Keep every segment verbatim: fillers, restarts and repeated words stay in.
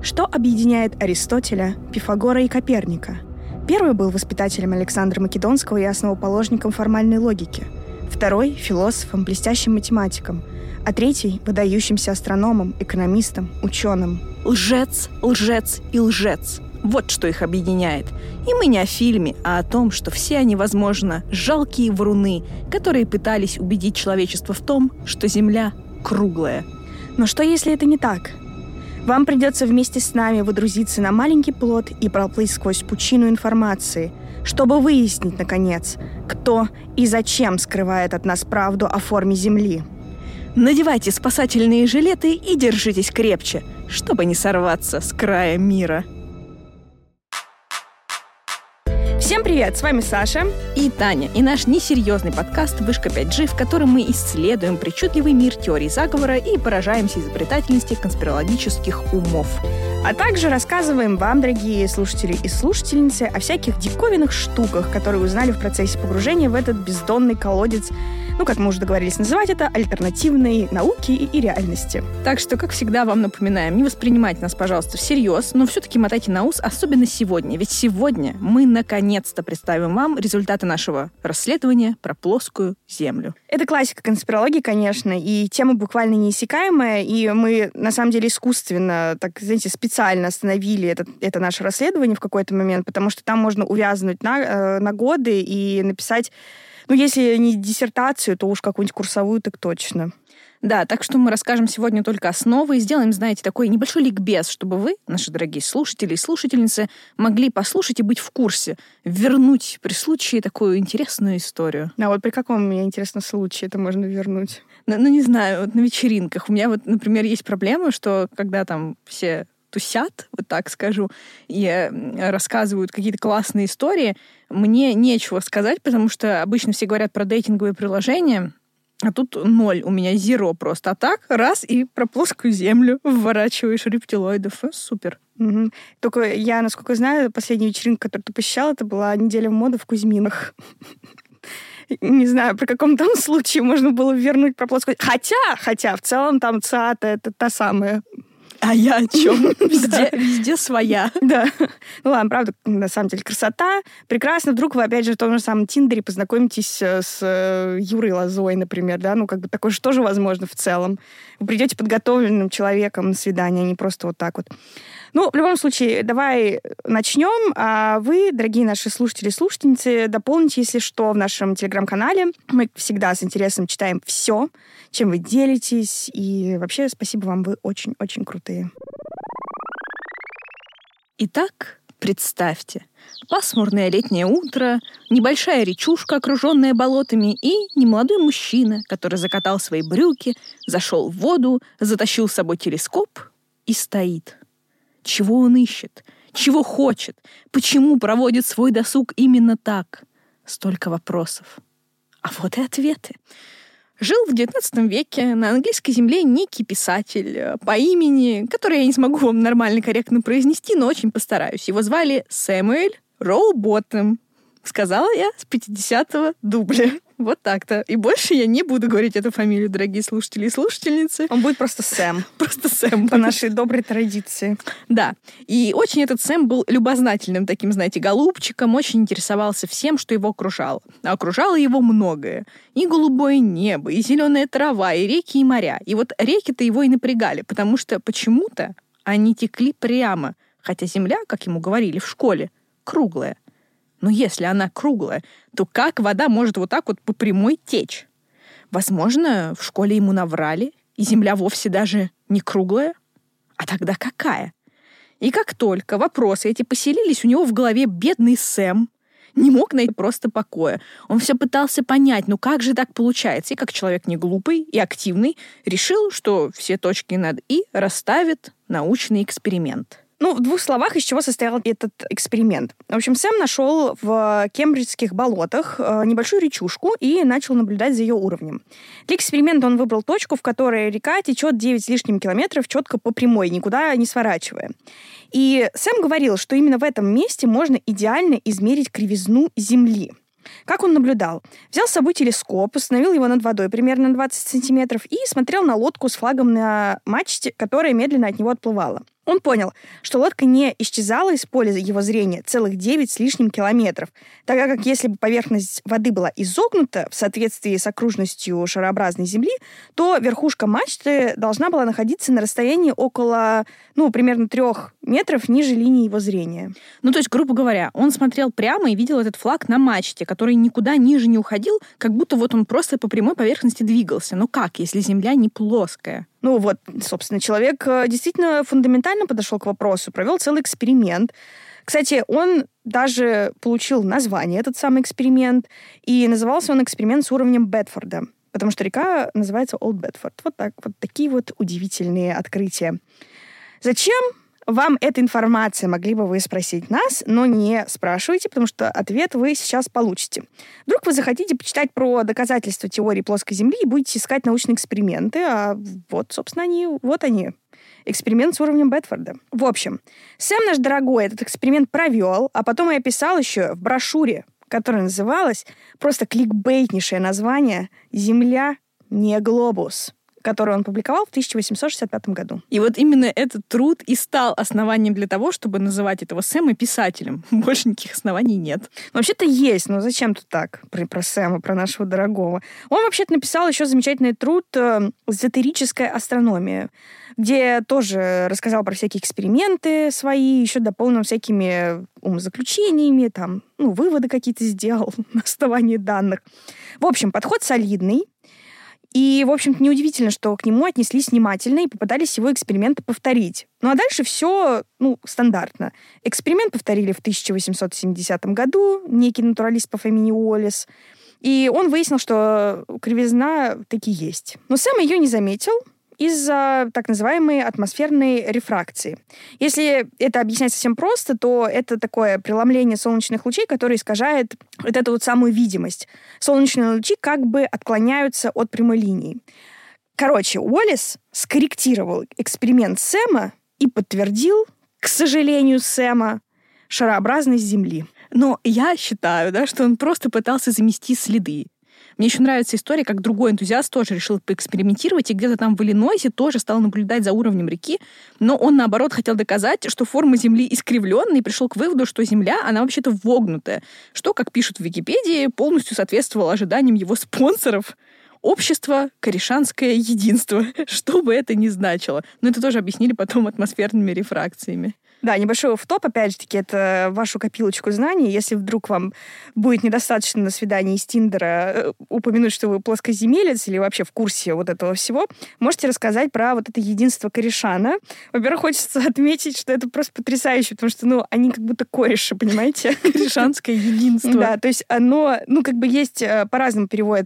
Что объединяет Аристотеля, Пифагора и Коперника? Первый был воспитателем Александра Македонского и основоположником формальной логики. Второй — философом, блестящим математиком. А третий — выдающимся астрономом, экономистом, ученым. Лжец, лжец и лжец. Вот что их объединяет. И мы не о фильме, а о том, что все они, возможно, жалкие вруны, которые пытались убедить человечество в том, что Земля круглая. Но что, если это не так? Вам придется вместе с нами водрузиться на маленький плот и проплыть сквозь пучину информации, чтобы выяснить, наконец, кто и зачем скрывает от нас правду о форме Земли. Надевайте спасательные жилеты и держитесь крепче, чтобы не сорваться с края мира. Всем привет, с вами Саша и Таня, и наш несерьезный подкаст «Вышка пять джи», в котором мы исследуем причудливый мир теорий заговора и поражаемся изобретательности конспирологических умов. А также рассказываем вам, дорогие слушатели и слушательницы, о всяких диковинных штуках, которые узнали в процессе погружения в этот бездонный колодец, ну, как мы уже договорились называть это, альтернативной науки и реальности. Так что, как всегда, вам напоминаем, не воспринимайте нас, пожалуйста, всерьез, но все-таки мотайте на ус, особенно сегодня. Ведь сегодня мы, наконец-то, представим вам результаты нашего расследования про плоскую Землю. Это классика конспирологии, конечно, и тема буквально неиссякаемая, и мы, на самом деле, искусственно, так, знаете, специально остановили это, это наше расследование в какой-то момент, потому что там можно увязнуть на, на годы и написать, ну, если не диссертацию, то уж какую-нибудь курсовую, так точно. Да, так что мы расскажем сегодня только основы и сделаем, знаете, такой небольшой ликбез, чтобы вы, наши дорогие слушатели и слушательницы, могли послушать и быть в курсе, вернуть при случае такую интересную историю. А вот при каком, мне интересно, случае это можно вернуть? Ну, ну не знаю, вот на вечеринках. У меня вот, например, есть проблема, что когда там все тусят, вот так скажу, и рассказывают какие-то классные истории, мне нечего сказать, потому что обычно все говорят про дейтинговые приложения, а тут ноль, у меня зеро просто. А так, раз, и про плоскую Землю вворачиваешь рептилоидов. Супер. Угу. Только я, насколько знаю, последняя вечеринка, которую ты посещала, это была неделя моды в Кузьминах. Не знаю, при каком там случае можно было вернуть про плоскую... Хотя, хотя, в целом там ЦАТа — это та самая... А я о чем? Везде, везде своя. Да. Ну ладно, правда, на самом деле, красота. Прекрасно. Вдруг вы, опять же, в том же самом Тиндере познакомитесь с Юрой Лозой, например, да, ну как бы такое же тоже возможно в целом. Вы придете подготовленным человеком на свидание, а не просто вот так вот. Ну, в любом случае, давай начнем. А вы, дорогие наши слушатели и слушательницы, дополните, если что, в нашем телеграм-канале. Мы всегда с интересом читаем все, чем вы делитесь. И вообще, спасибо вам, вы очень-очень крутые. Итак, представьте, пасмурное летнее утро, небольшая речушка, окруженная болотами, и немолодой мужчина, который закатал свои брюки, зашел в воду, затащил с собой телескоп и стоит. Чего он ищет? Чего хочет? Почему проводит свой досуг именно так? Столько вопросов. А вот и ответы. Жил в девятнадцатом веке на английской земле некий писатель по имени, который я не смогу вам нормально, корректно произнести, но очень постараюсь. Его звали Сэмюэль Роуботтем. Сказала я с пятидесятого дубля. Вот так-то. И больше я не буду говорить эту фамилию, дорогие слушатели и слушательницы. Он будет просто Сэм. Просто Сэм. По нашей доброй традиции. Да. И очень этот Сэм был любознательным таким, знаете, голубчиком, очень интересовался всем, что его окружало. А окружало его многое. И голубое небо, и зеленая трава, и реки, и моря. И вот реки-то его и напрягали, потому что почему-то они текли прямо, хотя земля, как ему говорили в школе, круглая. Но если она круглая, то как вода может вот так вот по прямой течь? Возможно, в школе ему наврали, и земля вовсе даже не круглая? А тогда какая? И как только вопросы эти поселились у него в голове, бедный Сэм не мог найти просто покоя. Он все пытался понять, ну как же так получается? И как человек не глупый и активный, решил, что все точки над «и» расставит научный эксперимент. Ну, в двух словах, из чего состоял этот эксперимент. В общем, Сэм нашел в кембриджских болотах небольшую речушку и начал наблюдать за ее уровнем. Для эксперимента он выбрал точку, в которой река течет девять с лишним километров четко по прямой, никуда не сворачивая. И Сэм говорил, что именно в этом месте можно идеально измерить кривизну Земли. Как он наблюдал? Взял с собой телескоп, установил его над водой примерно двадцать сантиметров и смотрел на лодку с флагом на мачте, которая медленно от него отплывала. Он понял, что лодка не исчезала из поля его зрения целых девять с лишним километров, тогда как если бы поверхность воды была изогнута в соответствии с окружностью шарообразной Земли, то верхушка мачты должна была находиться на расстоянии около, ну, примерно трех метров ниже линии его зрения. Ну, то есть, грубо говоря, он смотрел прямо и видел этот флаг на мачте, который никуда ниже не уходил, как будто вот он просто по прямой поверхности двигался. Но как, если Земля не плоская? Ну вот, собственно, человек действительно фундаментально подошел к вопросу, провел целый эксперимент. Кстати, он даже получил название, этот самый эксперимент, и назывался он эксперимент с уровнем Бетфорда, потому что река называется Олд Бетфорд. Вот так, вот такие вот удивительные открытия. Зачем вам эта информация, могли бы вы спросить нас, но не спрашивайте, потому что ответ вы сейчас получите. Вдруг вы захотите почитать про доказательства теории плоской Земли и будете искать научные эксперименты, а вот, собственно, они, вот они. Эксперимент с уровнем Бетфорда. В общем, Сэм наш дорогой этот эксперимент провел, а потом и описал еще в брошюре, которая называлась, просто кликбейтнейшее название «Земля не глобус», который он публиковал в тысяча восемьсот шестьдесят пятом году. И вот именно этот труд и стал основанием для того, чтобы называть этого Сэма писателем. Больше никаких оснований нет. Вообще-то есть, но зачем тут так про, про Сэма, про нашего дорогого? Он вообще-то написал еще замечательный труд «Эзотерическая астрономия», где тоже рассказал про всякие эксперименты свои, еще дополнил всякими умозаключениями, там, ну, выводы какие-то сделал на основании данных. В общем, подход солидный. И, в общем-то, неудивительно, что к нему отнеслись внимательно и попытались его эксперименты повторить. Ну, а дальше все, ну, стандартно. Эксперимент повторили в тысяча восемьсот семидесятом году некий натуралист по фамилии Уоллес. И он выяснил, что кривизна таки есть. Но Сэм ее не заметил из-за так называемой атмосферной рефракции. Если это объяснять совсем просто, то это такое преломление солнечных лучей, которое искажает вот эту вот самую видимость. Солнечные лучи как бы отклоняются от прямой линии. Короче, Уоллес скорректировал эксперимент Сэма и подтвердил, к сожалению, Сэма, шарообразность Земли. Но я считаю, да, что он просто пытался замести следы. Мне еще нравится история, как другой энтузиаст тоже решил поэкспериментировать, и где-то там в Иллинойсе тоже стал наблюдать за уровнем реки, но он, наоборот, хотел доказать, что форма Земли искривленная, и пришел к выводу, что Земля, она вообще-то вогнутая, что, как пишут в Википедии, полностью соответствовало ожиданиям его спонсоров. Общество «Корешанское единство», что бы это ни значило. Но это тоже объяснили потом атмосферными рефракциями. Да, небольшой офф-топ, опять же таки, это вашу копилочку знаний. Если вдруг вам будет недостаточно на свидании из Тиндера упомянуть, что вы плоскоземелец или вообще в курсе вот этого всего, можете рассказать про вот это единство корешана. Во-первых, хочется отметить, что это просто потрясающе, потому что, ну, они как будто кореши, понимаете? Корешанское единство. Да, то есть оно, ну, как бы есть, по-разному переводят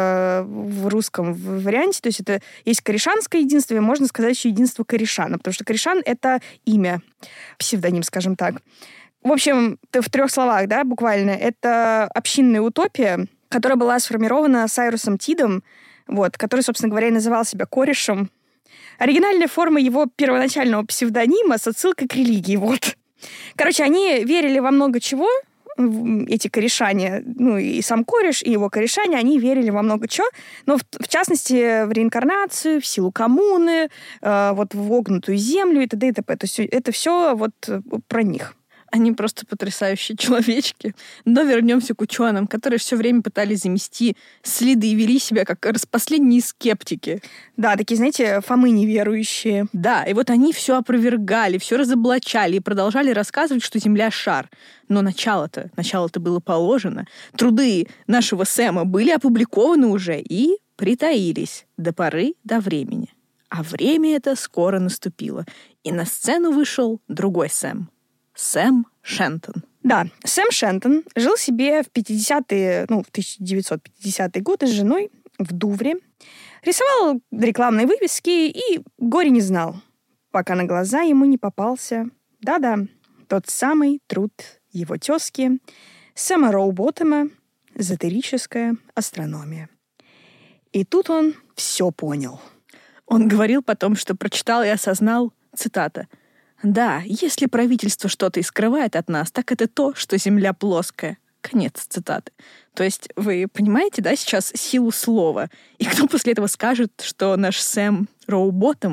в русском варианте, то есть это есть корешанское единство, и можно сказать еще единство корешана, потому что корешан — это имя, псевдоним, скажем так. В общем, в трех словах, да, буквально, это общинная утопия, которая была сформирована Сайрусом Тидом, вот, который, собственно говоря, и называл себя корешем. Оригинальная форма его первоначального псевдонима с отсылкой к религии, вот. Короче, они верили во много чего, эти корешане, ну, и сам кореш, и его корешане, они верили во много чего, но в, в частности в реинкарнацию, в силу коммуны, э, вот в вогнутую землю и т.д. и т.п. То есть это все вот про них. Они просто потрясающие человечки. Но вернемся к ученым, которые все время пытались замести следы и вели себя как распоследние скептики. Да, такие, знаете, Фомы неверующие. Да, и вот они все опровергали, все разоблачали и продолжали рассказывать, что Земля — шар. Но начало-то, начало-то было положено. Труды нашего Сэма были опубликованы уже и притаились до поры до времени. А время это скоро наступило. И на сцену вышел другой Сэм. Сэм Шентон. Да, Сэм Шентон жил себе в пятидесятые, ну, в тысяча девятьсот пятидесятые годы с женой в Дувре. Рисовал рекламные вывески и горе не знал, пока на глаза ему не попался, да-да, тот самый труд его тезки Сэма Роуботтема «Эзотерическая астрономия». И тут он все понял. Он говорил потом, что прочитал и осознал, цитата, «Да, если правительство что-то и скрывает от нас, так это то, что Земля плоская». Конец цитаты. То есть вы понимаете, да, сейчас силу слова? И кто после этого скажет, что наш Сэм Роуботтем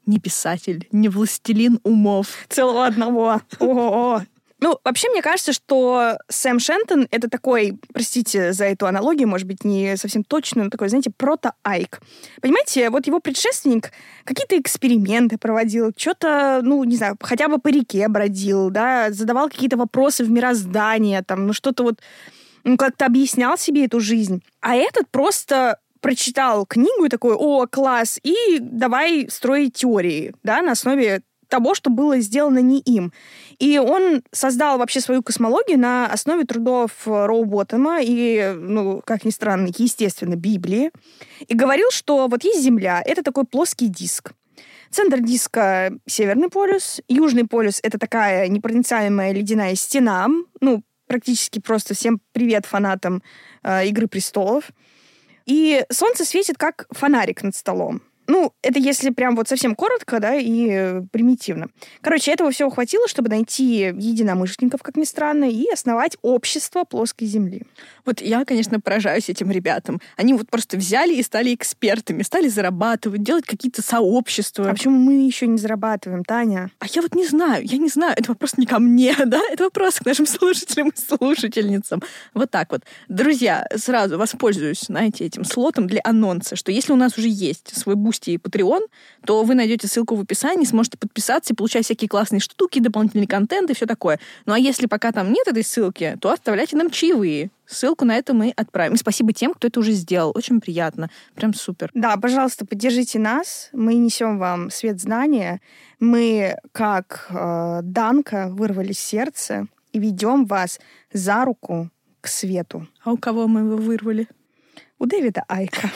не писатель, не властелин умов. Целого одного. О-о-о. Ну, вообще, мне кажется, что Сэм Шентон — это такой, простите за эту аналогию, может быть, не совсем точно, но такой, знаете, прото-Айк. Понимаете, вот его предшественник какие-то эксперименты проводил, что-то, ну, не знаю, хотя бы по реке бродил, да, задавал какие-то вопросы в мироздание, там, ну, что-то вот, ну, как-то объяснял себе эту жизнь. А этот просто прочитал книгу и такой: о, класс, и давай строить теории, да, на основе того, что было сделано не им. И он создал вообще свою космологию на основе трудов Роуботтема и, ну, как ни странно, естественно, Библии. И говорил, что вот есть Земля, это такой плоский диск. Центр диска — Северный полюс, Южный полюс — это такая непроницаемая ледяная стена, ну, практически просто всем привет фанатам э, «Игры престолов». И Солнце светит как фонарик над столом. Ну, это если прям вот совсем коротко, да, и э, примитивно. Короче, этого всего хватило, чтобы найти единомышленников, как ни странно, и основать общество плоской Земли. Вот я, конечно, поражаюсь этим ребятам. Они вот просто взяли и стали экспертами, стали зарабатывать, делать какие-то сообщества. А почему мы еще не зарабатываем, Таня? А я вот не знаю, я не знаю. Это вопрос не ко мне, да? Это вопрос к нашим слушателям и слушательницам. Вот так вот. Друзья, сразу воспользуюсь, знаете, этим слотом для анонса, что если у нас уже есть свой Бусти и Patreon, то вы найдете ссылку в описании, сможете подписаться и получать всякие классные штуки, дополнительный контент и все такое. Ну а если пока там нет этой ссылки, то оставляйте нам чаевые. Ссылку на это мы отправим. И спасибо тем, кто это уже сделал. Очень приятно. Прям супер. Да, пожалуйста, поддержите нас. Мы несем вам свет знания. Мы, как э, Данка, вырвали сердце и ведем вас за руку к свету. А у кого мы его вырвали? У Дэвида Айка.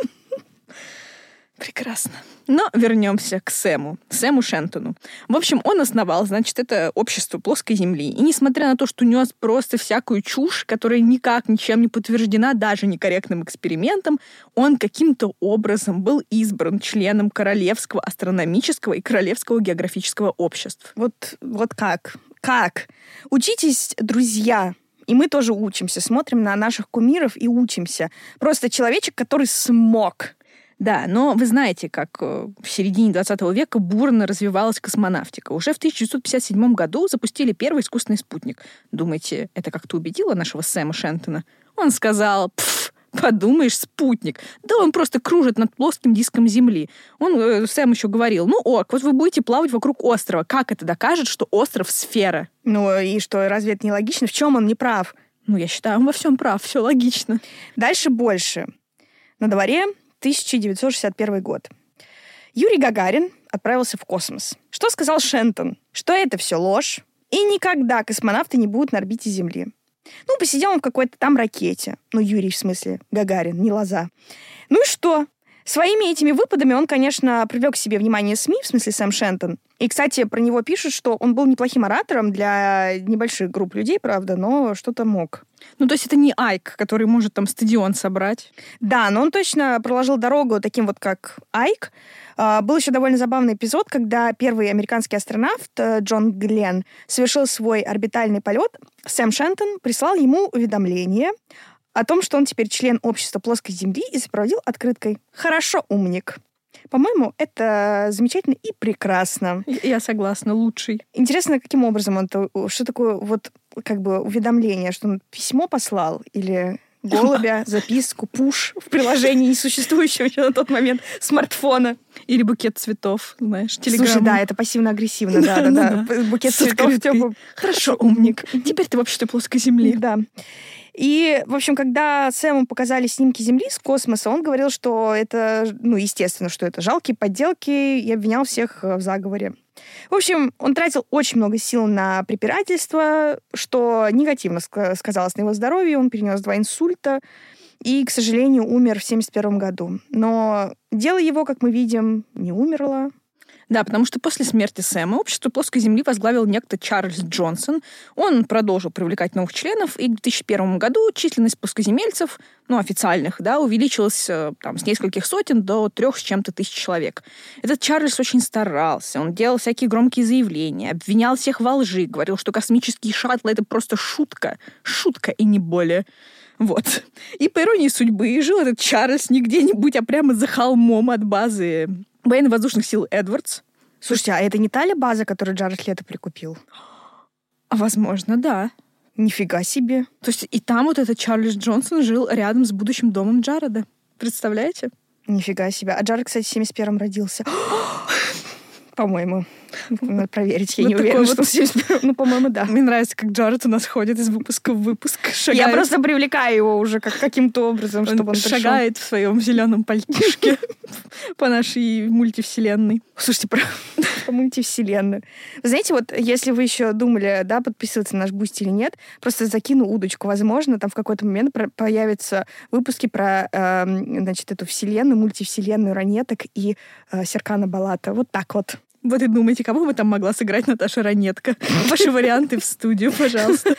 Прекрасно. Но вернемся к Сэму, Сэму Шентону. В общем, он основал, значит, это общество плоской Земли. И несмотря на то, что нес просто всякую чушь, которая никак ничем не подтверждена, даже некорректным экспериментом, он каким-то образом был избран членом Королевского астрономического и Королевского географического обществ. Вот, вот как? Как? Учитесь, друзья. И мы тоже учимся, смотрим на наших кумиров и учимся. Просто человечек, который смог. Да, но вы знаете, как в середине двадцатого века бурно развивалась космонавтика. Уже в тысяча девятьсот пятьдесят седьмом году запустили первый искусственный спутник. Думаете, это как-то убедило нашего Сэма Шентона? Он сказал: пф, подумаешь, спутник. Да он просто кружит над плоским диском Земли. Он, э, Сэм еще говорил: ну ок, вот вы будете плавать вокруг острова. Как это докажет, что остров — сфера? Ну и что, разве это не логично? В чем он не прав? Ну, я считаю, он во всем прав, все логично. Дальше больше. На дворе тысяча девятьсот шестьдесят первый год. Юрий Гагарин отправился в космос. Что сказал Шентон? Что это все ложь, и никогда космонавты не будут на орбите Земли. Ну, посидел он в какой-то там ракете. Ну, Юрий, в смысле, Гагарин, не Лоза. Ну и что? Своими этими выпадами он, конечно, привлек к себе внимание СМИ, в смысле Сэм Шентон. И, кстати, про него пишут, что он был неплохим оратором для небольших групп людей, правда, но что-то мог. Ну, то есть это не Айк, который может там стадион собрать. Да, но он точно проложил дорогу таким вот, как Айк. Был еще довольно забавный эпизод, когда первый американский астронавт Джон Гленн совершил свой орбитальный полет. Сэм Шентон прислал ему уведомление о том, что он теперь член общества плоской Земли, и сопроводил открыткой: «Хорошо, умник». По-моему, это замечательно и прекрасно. Я согласна, лучший. Интересно, каким образом он... Что такое вот как бы уведомление? Что он письмо послал? Или голубя, записку, пуш в приложении несуществующего еще на тот момент смартфона? Или букет цветов, знаешь, телеграмму. Слушай, да, это пассивно-агрессивно. Да-да-да. Букет цветов. Хорошо, умник. Теперь ты в обществе плоской Земли. Да. И, в общем, когда Сэму показали снимки Земли с космоса, он говорил, что это, ну, естественно, что это жалкие подделки, и обвинял всех в заговоре. В общем, он тратил очень много сил на препирательство, что негативно сказалось на его здоровье. Он перенес два инсульта и, к сожалению, умер в семьдесят первом году. Но дело его, как мы видим, не умерло. Да, потому что после смерти Сэма общество плоской Земли возглавил некто Чарльз Джонсон. Он продолжил привлекать новых членов, и к две тысячи первому году численность плоскоземельцев, ну, официальных, да, увеличилась там, с нескольких сотен до трех с чем-то тысяч человек. Этот Чарльз очень старался, он делал всякие громкие заявления, обвинял всех во лжи, говорил, что космические шаттлы — это просто шутка, шутка и не более. Вот. И по иронии судьбы жил этот Чарльз не где-нибудь, а прямо за холмом от базы военно-воздушных сил Эдвардс. Слушайте, а это не та ли база, которую Джаред Лето прикупил? Возможно, да. Нифига себе. То есть и там вот этот Чарльз Джонсон жил рядом с будущим домом Джареда. Представляете? Нифига себе. А Джаред, кстати, в семьдесят первом родился. По-моему. Надо проверить. Я Вот не уверена, такой что в семьдесят первом. Ну, по-моему, да. Мне нравится, как Джаред у нас ходит из выпуска в выпуск. Шагает. Я просто привлекаю его уже как каким-то образом, Он чтобы он пришел. шагает в своем зеленом пальтишке по нашей мультивселенной. Слушайте, про, про мультивселенную. Вы знаете, вот если вы еще думали, да, подписываться на наш Бусти или нет, просто закину удочку. Возможно, там в какой-то момент про- появятся выпуски про, э, значит, эту вселенную, мультивселенную ранеток и э, Серкана Балата. Вот так вот. Вот и думаете, кого бы там могла сыграть Наташа Ранетка? Ваши варианты в студию, пожалуйста.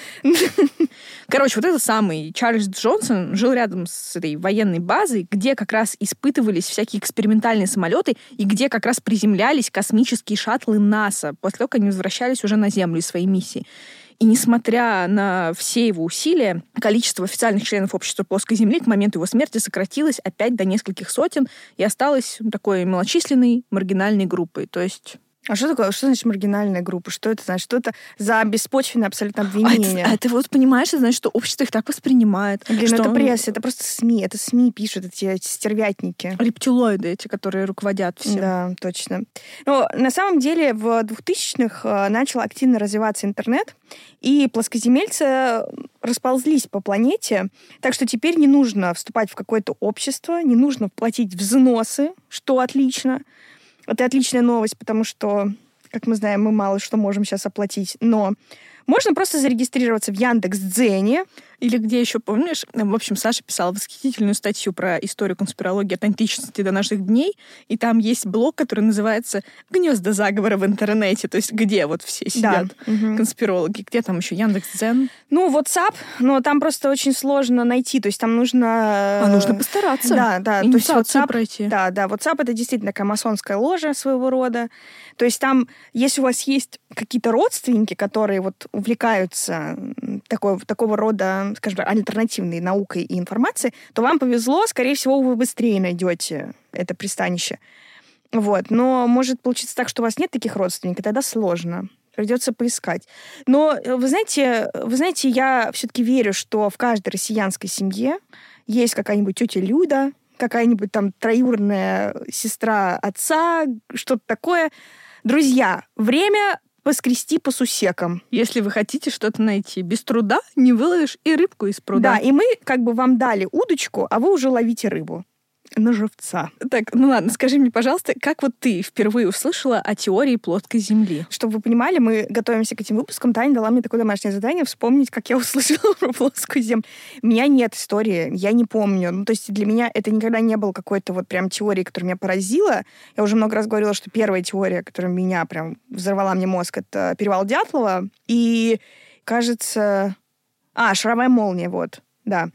Короче, вот этот самый Чарльз Джонсон жил рядом с этой военной базой, где как раз испытывались всякие экспериментальные самолеты и где как раз приземлялись космические шаттлы НАСА после того, как они возвращались уже на Землю из своей миссии. И несмотря на все его усилия, количество официальных членов общества плоской Земли к моменту его смерти сократилось опять до нескольких сотен и осталось такой малочисленной маргинальной группой. То есть... А что такое? Что значит маргинальная группа? Что это значит? Что это за беспочвенное абсолютно обвинение? А, это, а ты вот понимаешь, это значит, что общество их так воспринимает. Блин, что... ну это пресса, это просто СМИ. Это СМИ пишут, эти, эти стервятники. Рептилоиды эти, которые руководят всем. Да, точно. Но на самом деле в двухтысячных начал активно развиваться интернет, и плоскоземельцы расползлись по планете, так что теперь не нужно вступать в какое-то общество, не нужно платить взносы, что отлично. Это отличная новость, потому что, как мы знаем, мы мало что можем сейчас оплатить. Но можно просто зарегистрироваться в Яндекс.Дзене. Или где еще, помнишь? В общем, Саша писала восхитительную статью про историю конспирологии от античности до наших дней, и там есть блог, который называется «Гнезда заговора в интернете», то есть где вот все сидят да. конспирологи. Где там еще Яндекс.Дзен? Ну, WhatsApp, но там просто очень сложно найти, то есть там нужно... А нужно постараться. Да, да. То есть WhatsApp, пройти. Да, да. WhatsApp — это действительно такая масонская ложа своего рода. То есть там, если у вас есть какие-то родственники, которые вот увлекаются такой, такого рода, скажем так, альтернативной наукой и информацией, то вам повезло, скорее всего, вы быстрее найдете это пристанище. Вот. Но может получиться так, что у вас нет таких родственников, тогда сложно. Придется поискать. Но, вы знаете, вы знаете, я все-таки верю, что в каждой россиянской семье есть какая-нибудь тетя Люда, какая-нибудь там троюродная сестра отца, что-то такое. Друзья, время поскрести по сусекам. Если вы хотите что-то найти, без труда не выловишь и рыбку из пруда. Да, и мы как бы вам дали удочку, а вы уже ловите рыбу. На живца. Так, ну ладно, скажи мне, пожалуйста, как вот ты впервые услышала о теории плоской Земли? Чтобы вы понимали, мы готовимся к этим выпускам. Таня дала мне такое домашнее задание вспомнить, как я услышала про плоскую Землю. У меня нет истории, я не помню. Ну, то есть для меня это никогда не было какой-то вот прям теории, которая меня поразила. Я уже много раз говорила, что первая теория, которая меня прям взорвала мне мозг, это перевал Дятлова. И, кажется... А, шаровая молния, вот, да.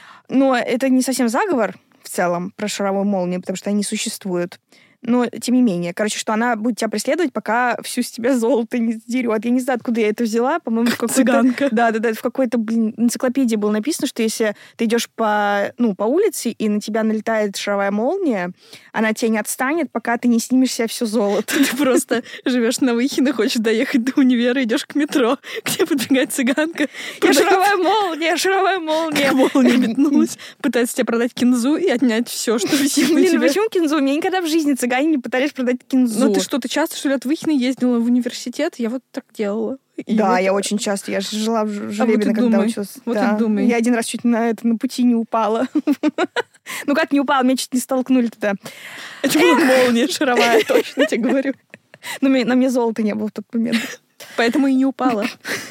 Но это не совсем заговор, в целом, про шаровую молнию, потому что они существуют. Но, тем не менее, короче, что она будет тебя преследовать, пока всю с тебя золото не сдерет. Я не знаю, откуда я это взяла. По-моему, в какой-то... Цыганка. Да, да, да. В какой-то, блин, энциклопедии было написано, что если ты идешь по, ну, по улице, и на тебя налетает шаровая молния, она тебя не отстанет, пока ты не снимешь себе все золото. Ты просто живешь на Выхино, хочешь доехать до универа, идешь к метро, где подбегает цыганка. Я шаровая молния, шаровая молния. Молния метнулась, пытается тебе продать кинзу и отнять все, что висит на Блин, тебе. почему кинзу? У меня никогда в жизни цыгане не пытались продать кинзу. Ну ты что, ты часто, что ли, от Выхина ездила в университет? Я вот так делала. И да, вот... я очень часто. Я же жила в Желебино, а вот когда думай, училась. Вот да. и думай. Я один раз чуть на, это, на пути не упала. Ну как не упала? Меня чуть не столкнули туда. Это была молния шаровая, точно тебе говорю. Но на мне золота не было в тот момент. Поэтому и не упала.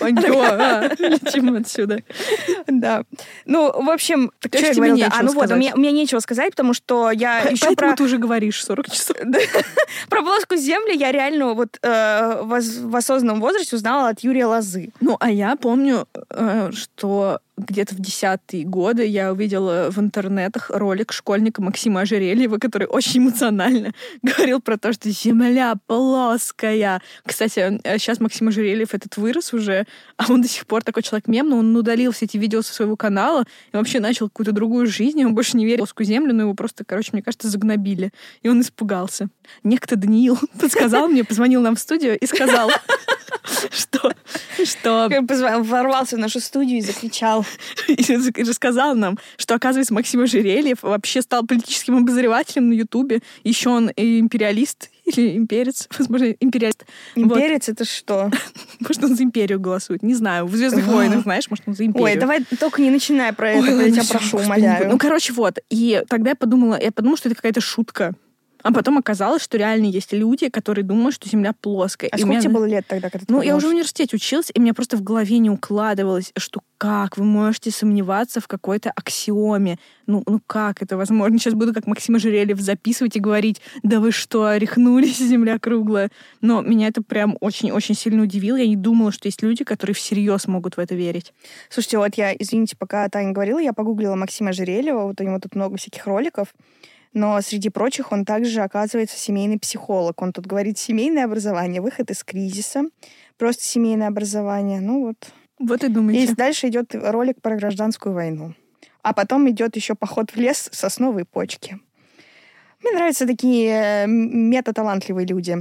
Летим отсюда. Да. Ну, в общем, так что я говорила? А, ну вот, у меня нечего сказать, потому что я еще про... Поэтому ты уже говоришь сорок часов. Про плоскую Землю я реально вот в осознанном возрасте узнала от Юрия Лозы. Ну, а я помню, что где-то в десятые годы я увидела в интернетах ролик школьника Максима Ожерельева, который очень эмоционально говорил про то, что Земля плоская. Кстати, сейчас Максим Ожерельев этот вырос уже, а он до сих пор такой человек-мем, но он удалил все эти видео со своего канала и вообще начал какую-то другую жизнь, и он больше не верил в плоскую Землю, но его просто, короче, мне кажется, загнобили. И он испугался. Некто Даниил подсказал мне, позвонил нам в студию и сказал, что... что... Ворвался в нашу студию и закричал. И рассказал нам, что, оказывается, Максим Ожерельев вообще стал политическим обозревателем на Ютубе. Еще он и империалист или имперец, возможно, империалист. Имперец вот. Это что? Может, он за империю голосует, не знаю. В «Звездных войнах», знаешь, может, он за империю. Ой, давай только не начинай про это, Ой, я тебя прошу, умоляю. Ну, короче, вот. И тогда я подумала, я подумала, что это какая-то шутка. А потом оказалось, что реально есть люди, которые думают, что Земля плоская. А и сколько меня... тебе было лет тогда, когда ты Ну, подумала, я уже что... в университете училась, и мне просто в голове не укладывалось, что как вы можете сомневаться в какой-то аксиоме? Ну, ну как это возможно? Сейчас буду как Максим Ожерельев записывать и говорить, да вы что, рехнулись, Земля круглая? Но меня это прям очень-очень сильно удивило. Я не думала, что есть люди, которые всерьез могут в это верить. Слушайте, вот я, извините, пока Таня говорила, я погуглила Максима Ожерельева, вот у него тут много всяких роликов. Но среди прочих он также, оказывается, семейный психолог. Он тут говорит семейное образование, выход из кризиса, просто семейное образование. Ну вот. Вот и думаете. И дальше идет ролик про гражданскую войну. А потом идет еще поход в лес сосновые почки. Мне нравятся такие метаталантливые люди.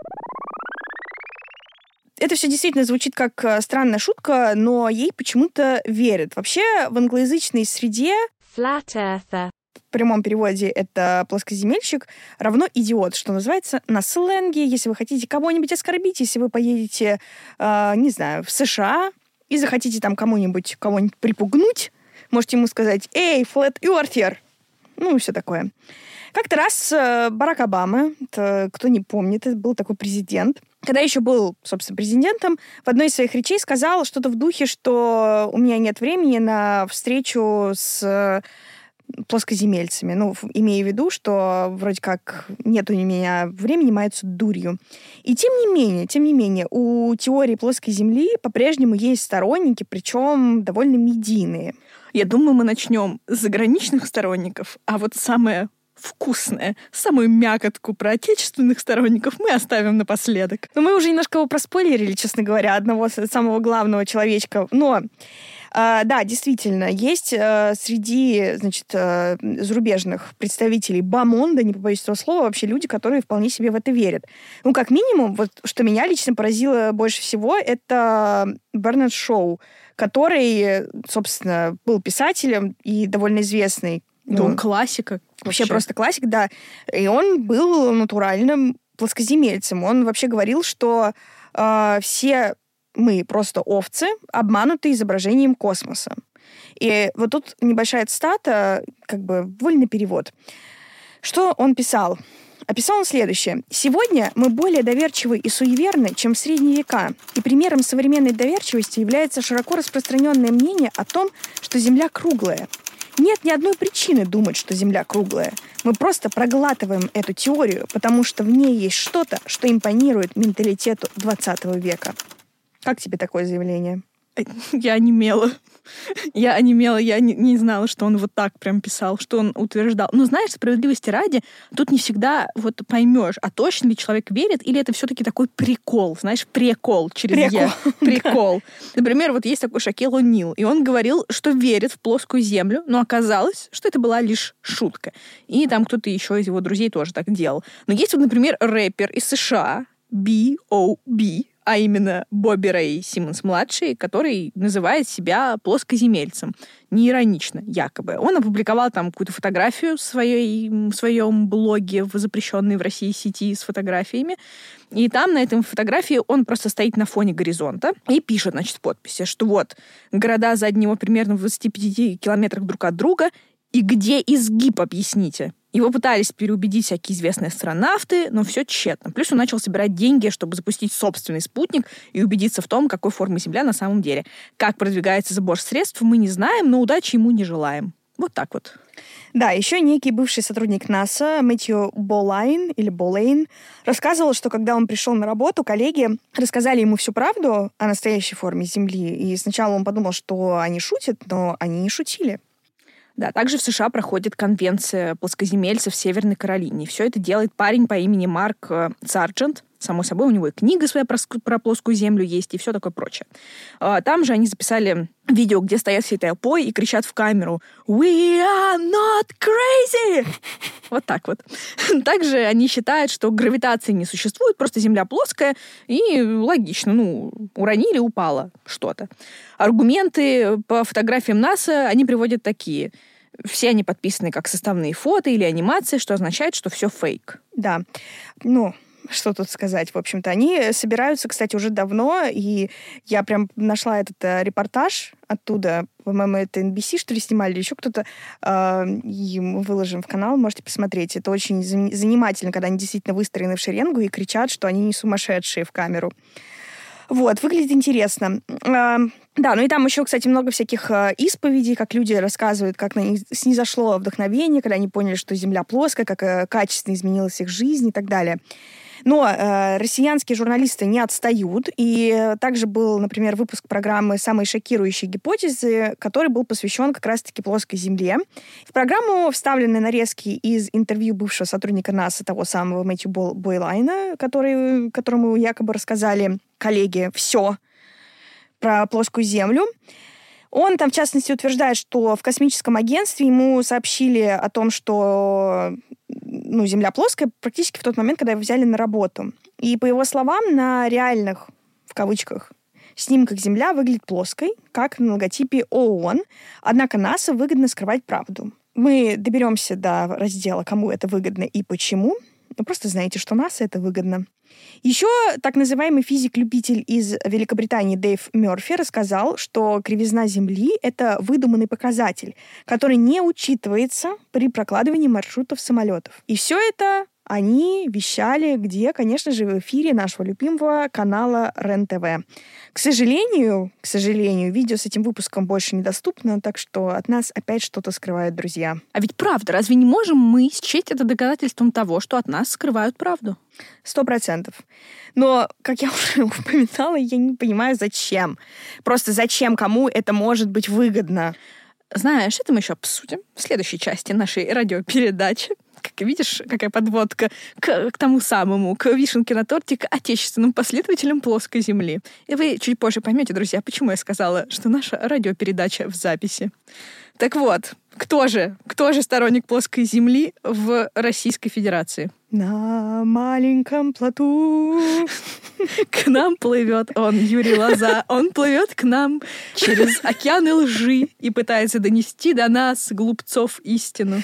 Это все действительно звучит как странная шутка, но ей почему-то верят. Вообще в англоязычной среде Flat Earther. В прямом переводе это плоскоземельщик равно идиот, что называется на сленге. Если вы хотите кого-нибудь оскорбить, если вы поедете, э, не знаю, в США и захотите там кому-нибудь, кого-нибудь припугнуть, можете ему сказать «Эй, flat earther!» Ну и все такое. Как-то раз Барак Обама, это, кто не помнит, это был такой президент, когда еще был, собственно, президентом, в одной из своих речей сказал что-то в духе, что у меня нет времени на встречу с плоскоземельцами. Ну, имея в виду, что вроде как нет у меня времени маяться дурью. И тем не менее, тем не менее, у теории плоской Земли по-прежнему есть сторонники, причем довольно медийные. Я думаю, мы начнем с заграничных сторонников, а вот самое вкусное, самую мякотку про отечественных сторонников мы оставим напоследок. Но мы уже немножко его проспойлерили, честно говоря, одного самого главного человечка. Но Uh, да, действительно, есть uh, среди, значит, uh, зарубежных представителей бомонда, не побоюсь этого слова, вообще люди, которые вполне себе в это верят. Ну, как минимум, вот что меня лично поразило больше всего, это Бернард Шоу, который, собственно, был писателем и довольно известный. Да, он классика. Вообще, вообще просто классик, да. И он был натуральным плоскоземельцем. Он вообще говорил, что uh, все... мы просто овцы, обманутые изображением космоса. И вот тут небольшая цитата, как бы вольный перевод. Что он писал? Описал он следующее. «Сегодня мы более доверчивы и суеверны, чем в средние века. И примером современной доверчивости является широко распространенное мнение о том, что Земля круглая. Нет ни одной причины думать, что Земля круглая. Мы просто проглатываем эту теорию, потому что в ней есть что-то, что импонирует менталитету двадцатого века». Как тебе такое заявление? Я онемела. Я онемела, я не, не знала, что он вот так прям писал, что он утверждал. Но знаешь, справедливости ради, тут не всегда вот поймешь, а точно ли человек верит, или это все-таки такой прикол, знаешь, прикол через прикол. «е». Прикол. Например, вот есть такой Шакил О'Нил, и он говорил, что верит в плоскую землю, но оказалось, что это была лишь шутка. И там кто-то еще из его друзей тоже так делал. Но есть вот, например, рэпер из США, би о би, а именно Бобби Рэй Симмонс-младший, который называет себя плоскоземельцем. Не иронично, якобы. Он опубликовал там какую-то фотографию в, своей, в своем блоге, в запрещенной в России сети с фотографиями. И там на этом фотографии он просто стоит на фоне горизонта и пишет, значит, в подписи, что вот города за от него примерно в двадцати пяти километрах друг от друга, и где изгиб, объясните? Его пытались переубедить всякие известные астронавты, но все тщетно. Плюс он начал собирать деньги, чтобы запустить собственный спутник и убедиться в том, какой формы Земля на самом деле. Как продвигается сбор средств, мы не знаем, но удачи ему не желаем. Вот так вот. Да, еще некий бывший сотрудник НАСА Мэтью Болайн или Болейн рассказывал, что когда он пришел на работу, коллеги рассказали ему всю правду о настоящей форме Земли. И сначала он подумал, что они шутят, но они не шутили. Да, также в США проходит конвенция плоскоземельцев в Северной Каролине. Все это делает парень по имени Марк Сарджент. Само собой, у него и книга своя про, про плоскую землю есть, и все такое прочее. Там же они записали видео, где стоят всей толпой и кричат в камеру «We are not crazy!» Вот так вот. Также они считают, что гравитации не существует, просто Земля плоская, и логично, ну, уронили, упало что-то. Аргументы по фотографиям НАСА они приводят такие. Все они подписаны как составные фото или анимации, что означает, что все фейк. Да, ну... Что тут сказать? В общем-то, они собираются, кстати, уже давно, и я прям нашла этот э, репортаж оттуда, по-моему, это эн би си, что ли, снимали, или еще кто-то, э, и мы выложим в канал, можете посмотреть. Это очень занимательно, когда они действительно выстроены в шеренгу и кричат, что они не сумасшедшие в камеру. Вот, выглядит интересно. Э, да, ну и там еще, кстати, много всяких э, исповедей, как люди рассказывают, как на них снизошло вдохновение, когда они поняли, что Земля плоская, как э, качественно изменилась их жизнь и так далее. Но э, россиянские журналисты не отстают, и э, также был, например, выпуск программы «Самые шокирующие гипотезы», который был посвящен как раз-таки плоской Земле. В программу вставлены нарезки из интервью бывшего сотрудника НАСА, того самого Мэтью Бойлайна, который, которому якобы рассказали коллеги все про плоскую Землю. Он там, в частности, утверждает, что в космическом агентстве ему сообщили о том, что ну, Земля плоская практически в тот момент, когда его взяли на работу. И, по его словам, на реальных, в кавычках, снимках Земля выглядит плоской, как на логотипе ООН. Однако НАСА выгодно скрывать правду. Мы доберемся до раздела «Кому это выгодно и почему». Вы просто знаете, что НАСА это выгодно. Еще так называемый физик-любитель из Великобритании Дэйв Мёрфи рассказал, что кривизна Земли — это выдуманный показатель, который не учитывается при прокладывании маршрутов самолетов. И все это они вещали где, конечно же, в эфире нашего любимого канала РЕН-ТВ. К сожалению, к сожалению, видео с этим выпуском больше недоступно, так что от нас опять что-то скрывают друзья. А ведь правда, разве не можем мы счесть это доказательством того, что от нас скрывают правду? Сто процентов. Но, как я уже упоминала, я не понимаю, зачем. Просто зачем, кому это может быть выгодно? Знаешь, это мы еще обсудим в следующей части нашей радиопередачи. Как видишь, какая подводка к, к тому самому, к вишенке на торте, к отечественным последователям плоской Земли. И вы чуть позже поймете, друзья, почему я сказала, что наша радиопередача в записи. Так вот, кто же, кто же сторонник плоской Земли в Российской Федерации? На маленьком плоту к нам плывет он, Юрий Лоза. Он плывет к нам через океаны лжи и пытается донести до нас, глупцов, истину.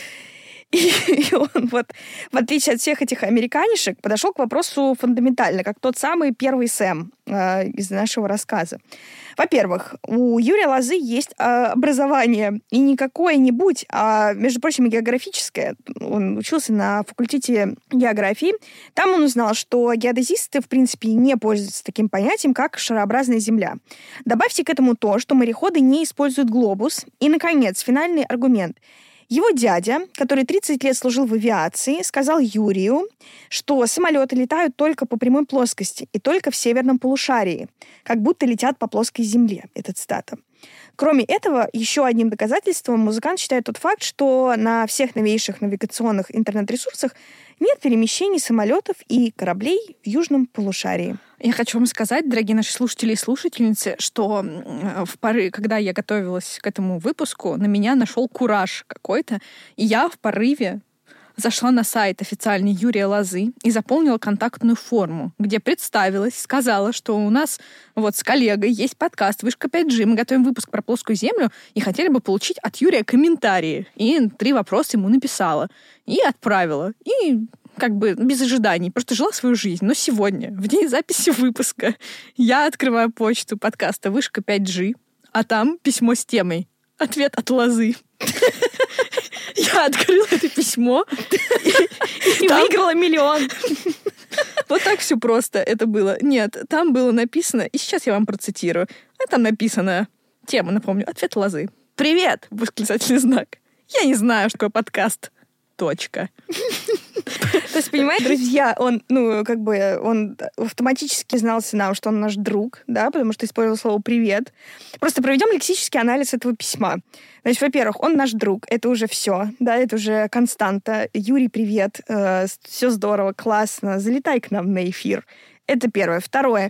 И он вот, в отличие от всех этих американишек, подошел к вопросу фундаментально, как тот самый первый Сэм э, из нашего рассказа. Во-первых, у Юрия Лозы есть э, образование, и не какое-нибудь, а, между прочим, географическое. Он учился на факультете географии. Там он узнал, что геодезисты, в принципе, не пользуются таким понятием, как шарообразная Земля. Добавьте к этому то, что мореходы не используют глобус. И, наконец, финальный аргумент. Его дядя, который тридцать лет служил в авиации, сказал Юрию, что самолеты летают только по прямой плоскости и только в северном полушарии, как будто летят по плоской Земле. Это цитата. Кроме этого, еще одним доказательством музыкант считает тот факт, что на всех новейших навигационных интернет-ресурсах нет перемещений самолетов и кораблей в южном полушарии. Я хочу вам сказать, дорогие наши слушатели и слушательницы, что в порыве, когда я готовилась к этому выпуску, на меня нашел кураж какой-то, и я в порыве зашла на сайт официальный Юрия Лозы и заполнила контактную форму, где представилась, сказала, что у нас вот с коллегой есть подкаст «Вышка пять джи», мы готовим выпуск про плоскую Землю и хотели бы получить от Юрия комментарии. И три вопроса ему написала. И отправила. И как бы без ожиданий, просто жила свою жизнь. Но сегодня, в день записи выпуска, я открываю почту подкаста «Вышка пять джи», а там письмо с темой «Ответ от Лозы». Я открыла это письмо и выиграла миллион. Вот так все просто это было. Нет, там было написано, и сейчас я вам процитирую, а там написано, тема, напомню, «Ответ Лозы». «Привет!» — восклицательный знак. Я не знаю, что такое подкаст. Точка. То есть, понимаете, друзья, он, ну, как бы, он автоматически знался нам, что он наш друг, да, потому что использовал слово «привет». Просто проведем лексический анализ этого письма. Значит, во-первых, он наш друг, это уже все, да, это уже константа. Юрий, привет, э, все здорово, классно, залетай к нам на эфир. Это первое. Второе.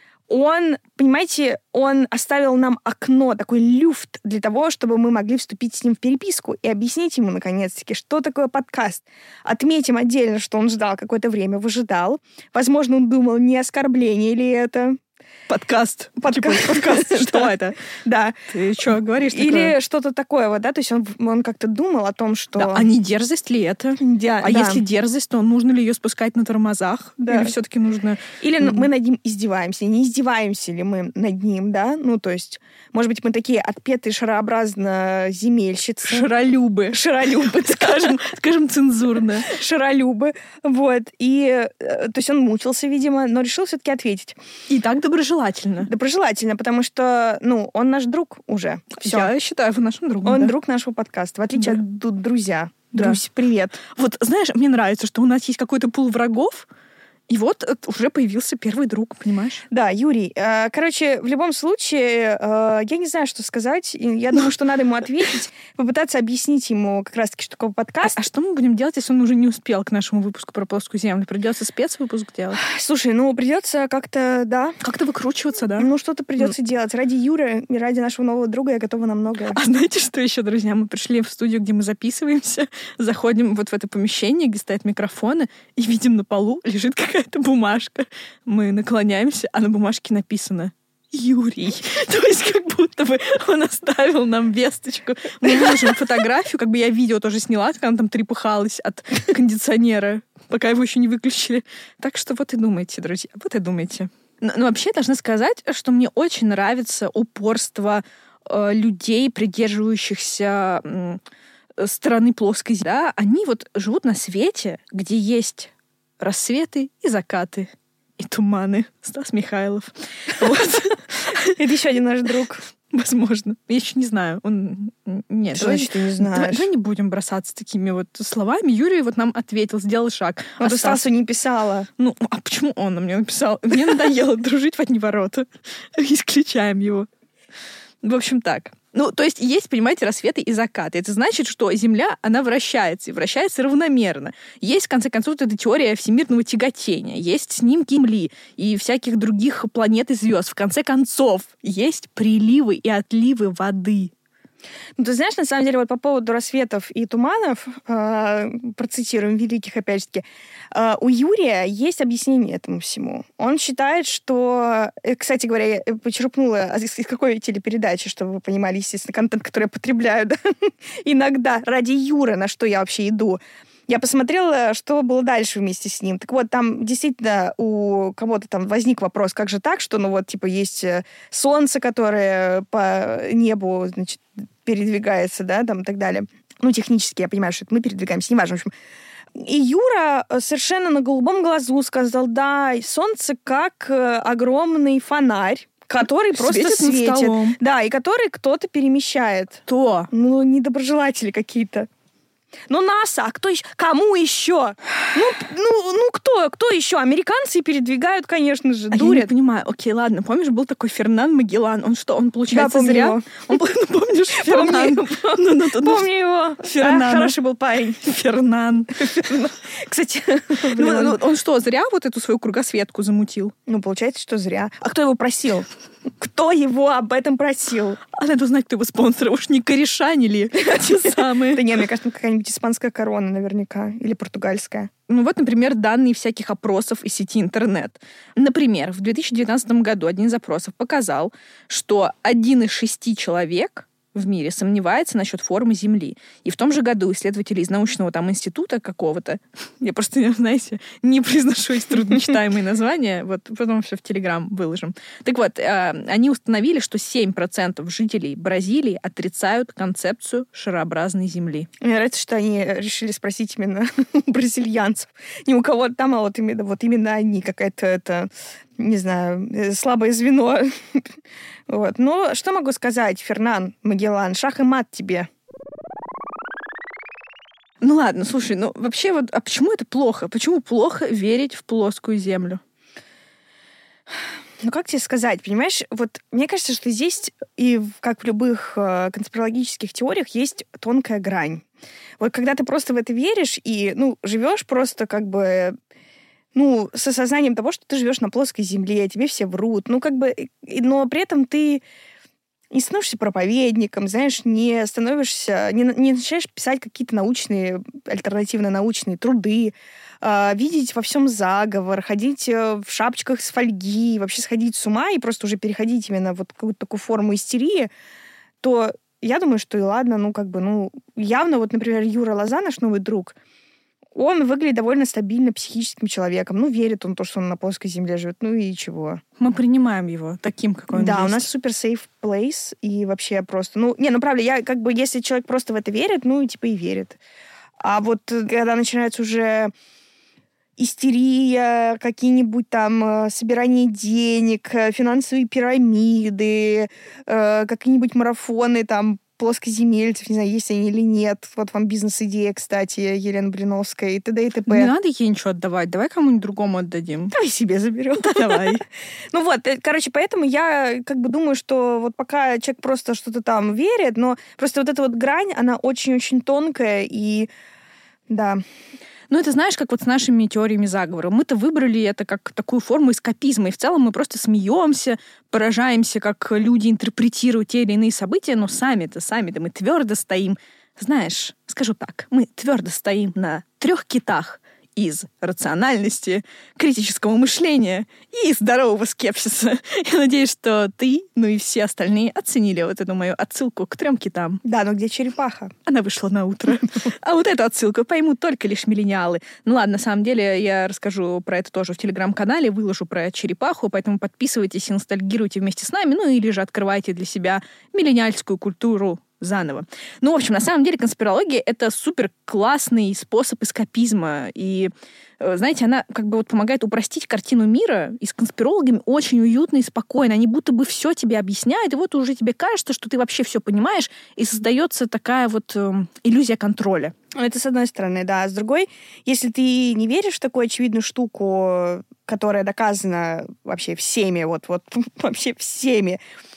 Он, понимаете, он оставил нам окно, такой люфт для того, чтобы мы могли вступить с ним в переписку и объяснить ему, наконец-таки, что такое подкаст. Отметим отдельно, что он ждал какое-то время, выжидал. Возможно, он думал, не оскорбление ли это. Подкаст. Подкаст. Типа, подкаст. Что это? Да. Ты что говоришь такое? Или что-то такое, вот, да? То есть он, он как-то думал о том, что... Да, а не дерзость ли это? Да, а да. если дерзость, то нужно ли ее спускать на тормозах? Да. Или все-таки нужно... Или mm-hmm. мы над ним издеваемся. Не издеваемся ли мы над ним, да? Ну, то есть, может быть, мы такие отпетые шарообразно земельщицы. Шаролюбы. Шаролюбы, скажем, скажем цензурно. Шаролюбы. Вот. И, то есть он мучился, видимо, но решил все-таки ответить. И так доброжелательно. Доброжелательно, потому что, ну, он наш друг уже. Всё. Я считаю его нашим другом. Он да. друг нашего подкаста, в отличие да. от друзья. Да. Друзь, привет. Вот, знаешь, мне нравится, что у нас есть какой-то пул врагов, и вот уже появился первый друг, понимаешь? Да, Юрий. Э, короче, в любом случае, э, я не знаю, что сказать. Я думаю, что надо ему ответить, попытаться объяснить ему как раз-таки, что такое подкаст. А, а что мы будем делать, если он уже не успел к нашему выпуску про плоскую землю? Придется спецвыпуск делать? Слушай, ну, придется как-то, да. Как-то выкручиваться, да? Ну, что-то придется ну. делать. Ради Юры и ради нашего нового друга я готова на многое. А знаете, что еще, друзья? Мы пришли в студию, где мы записываемся, заходим вот в это помещение, где стоят микрофоны, и видим на полу лежит какая-то бумажка. Мы наклоняемся, а на бумажке написано Юрий. То есть как будто бы он оставил нам весточку. Мы выложим фотографию, как бы я видео тоже сняла, как она там трепыхалась от кондиционера, пока его еще не выключили. Так что вот и думайте, друзья, вот и думайте. Но, но вообще должна сказать, что мне очень нравится упорство э, людей, придерживающихся э, стороны плоской земли. Да? Они вот живут на свете, где есть рассветы и закаты, и туманы. Стас Михайлов. Это еще один наш друг. Возможно. Я еще не знаю. Он... Нет, что значит, ты не знаешь? Давай, давай не будем бросаться такими вот словами. Юрий вот нам ответил, сделал шаг. А ты Стасу не писала. Ну, а почему он мне написал? Мне надоело дружить в одни ворота. Исключаем его. В общем, так. Ну, то есть есть, понимаете, рассветы и закаты. Это значит, что Земля, она вращается, и вращается равномерно. Есть, в конце концов, эта теория всемирного тяготения. Есть снимки Земли и всяких других планет и звезд. В конце концов, есть приливы и отливы воды. Ну, ты знаешь, на самом деле, вот по поводу рассветов и туманов, э, процитируем великих, опять же таки, э, у Юрия есть объяснение этому всему. Он считает, что... Кстати говоря, я почерпнула из, из какой телепередачи, чтобы вы понимали, естественно, контент, который я потребляю, да? Иногда ради Юры, на что я вообще иду. Я посмотрела, что было дальше вместе с ним. Так вот, там действительно у кого-то там возник вопрос, как же так, что, ну вот, типа, есть солнце, которое по небу, значит, передвигается, да, там и так далее. Ну, технически я понимаю, что это мы передвигаемся, неважно, в общем. И Юра совершенно на голубом глазу сказал, да, солнце как огромный фонарь, который просто светит. светит. Да, и который кто-то перемещает. Кто? Ну, недоброжелатели какие-то. Ну, НАСА, а кто еще? Кому еще? Ну, ну, ну кто? Кто еще? Американцы передвигают, конечно же, а дурят. Я не понимаю. Окей, ладно. Помнишь, был такой Фернан Магеллан? Он что, он, получается, да, зря? Его. Он, ну, помнишь, Фернан? Помню его. Фернан. Хороший был парень. Фернан. Кстати, он что, зря вот эту свою кругосветку замутил? Ну, получается, что зря. А кто его просил? Кто его об этом просил? А надо узнать, кто его спонсор. Уж не корешане ли те самые? Да нет, мне кажется, какая-нибудь испанская корона наверняка. Или португальская. Ну вот, например, данные всяких опросов из сети интернет. Например, в две тысячи девятнадцатом году один из опросов показал, что один из шести человек в мире сомневается насчет формы Земли. И в том же году исследователи из научного там института какого-то, я просто, знаете, не произношу эти трудночитаемые названия, вот потом все в Телеграм выложим. Так вот, они установили, что семь процентов жителей Бразилии отрицают концепцию шарообразной Земли. Мне нравится, что они решили спросить именно бразильянцев. Не у кого-то там, а вот именно, вот именно они, какая-то это... не знаю, слабое звено. Вот. Но что могу сказать, Фернан Магеллан? Шах и мат тебе. Ну ладно, слушай, ну вообще вот, а почему это плохо? Почему плохо верить в плоскую землю? Ну, как тебе сказать, понимаешь, вот мне кажется, что здесь, и как в любых э, конспирологических теориях, есть тонкая грань. Вот когда ты просто в это веришь и, ну, живешь просто как бы, ну, с осознанием того, что ты живешь на плоской земле, тебе все врут, ну, как бы, но при этом ты не становишься проповедником, знаешь, не становишься, не, не начинаешь писать какие-то научные, альтернативно-научные труды, э, видеть во всем заговор, ходить в шапочках с фольги, вообще сходить с ума и просто уже переходить именно вот какую-то такую форму истерии, то я думаю, что и ладно, ну, как бы, ну, явно вот, например, Юра Лоза, наш новый друг, он выглядит довольно стабильно психическим человеком. Ну, верит он в то, что он на плоской земле живет. Ну и чего. Мы принимаем его таким, какой он да, есть. У нас супер safe place. И вообще просто... Ну, не, ну, правда, я как бы, если человек просто в это верит, ну, типа и верит. А вот когда начинается уже истерия, какие-нибудь там собирание денег, финансовые пирамиды, э, какие-нибудь марафоны там плоскоземельцев, не знаю, есть они или нет. Вот вам бизнес-идея, кстати, Елены Блиновской, и т.д. и т.п. Не надо ей ничего отдавать, давай кому-нибудь другому отдадим. Давай себе заберем. Давай. Ну вот, короче, поэтому я как бы думаю, что вот пока человек просто что-то там верит, но просто вот эта вот грань, она очень-очень тонкая, и да... Ну, это знаешь, как вот с нашими теориями заговора. Мы-то выбрали это как такую форму эскапизма, и в целом мы просто смеемся, поражаемся, как люди интерпретируют те или иные события, но сами-то, сами-то мы твердо стоим. Знаешь, скажу так, мы твердо стоим на трех китах из рациональности, критического мышления и здорового скепсиса. Я надеюсь, что ты, ну и все остальные оценили вот эту мою отсылку к трем китам. Да, но где черепаха? Она вышла на утро. А вот эту отсылку поймут только лишь миллениалы. Ну ладно, на самом деле я расскажу про это тоже в Телеграм-канале, выложу про черепаху, поэтому подписывайтесь и ностальгируйте вместе с нами, ну или же открывайте для себя миллениальскую культуру заново. Ну, в общем, на самом деле конспирология — это супер классный способ эскапизма. И, знаете, она как бы вот помогает упростить картину мира. И с конспирологами очень уютно и спокойно. Они будто бы все тебе объясняют, и вот уже тебе кажется, что ты вообще все понимаешь, и создается такая вот э, иллюзия контроля. Это с одной стороны, да. А с другой, если ты не веришь в такую очевидную штуку, которая доказана вообще всеми, вот, вот вообще всеми,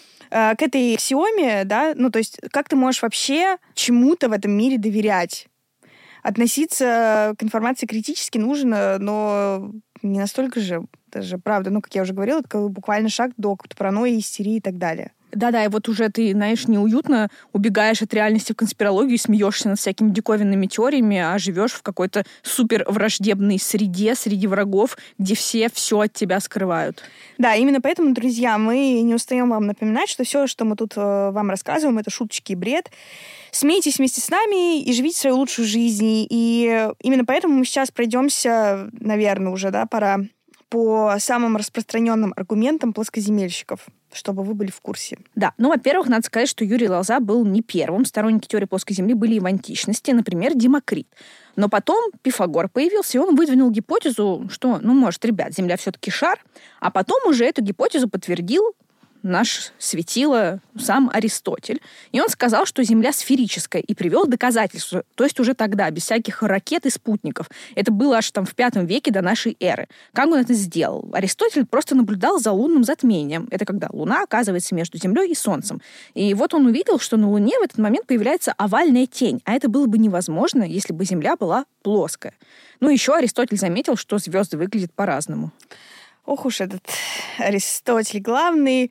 к этой аксиоме, да, ну, то есть как ты можешь вообще чему-то в этом мире доверять? Относиться к информации критически нужно, но не настолько же, даже правда, ну, как я уже говорила, это буквально шаг до паранойи, истерии и так далее. Да-да, и вот уже ты, знаешь, неуютно убегаешь от реальности в конспирологию, смеешься над всякими диковинными теориями, а живешь в какой-то супер враждебной среде, среди врагов, где все все от тебя скрывают. Да, именно поэтому, друзья, мы не устаем вам напоминать, что все, что мы тут э, вам рассказываем, это шуточки и бред. Смейтесь вместе с нами и живите свою лучшую жизнь. И именно поэтому мы сейчас пройдемся, наверное, уже, да, пора, по самым распространенным аргументам плоскоземельщиков, чтобы вы были в курсе. Да, ну, во-первых, надо сказать, что Юрий Лоза был не первым. Сторонники теории плоской Земли были и в античности, например, Демокрит. Но потом Пифагор появился, и он выдвинул гипотезу, что, ну, может, ребят, Земля все-таки шар, а потом уже эту гипотезу подтвердил наш светило сам Аристотель. И он сказал, что Земля сферическая, и привел доказательства. То есть уже тогда, без всяких ракет и спутников. Это было аж там в пятом веке до нашей эры. Как он это сделал? Аристотель просто наблюдал за лунным затмением. Это когда Луна оказывается между Землей и Солнцем. И вот он увидел, что на Луне в этот момент появляется овальная тень. А это было бы невозможно, если бы Земля была плоская. Ну, еще Аристотель заметил, что звезды выглядят по-разному. Ох уж этот Аристотель, главный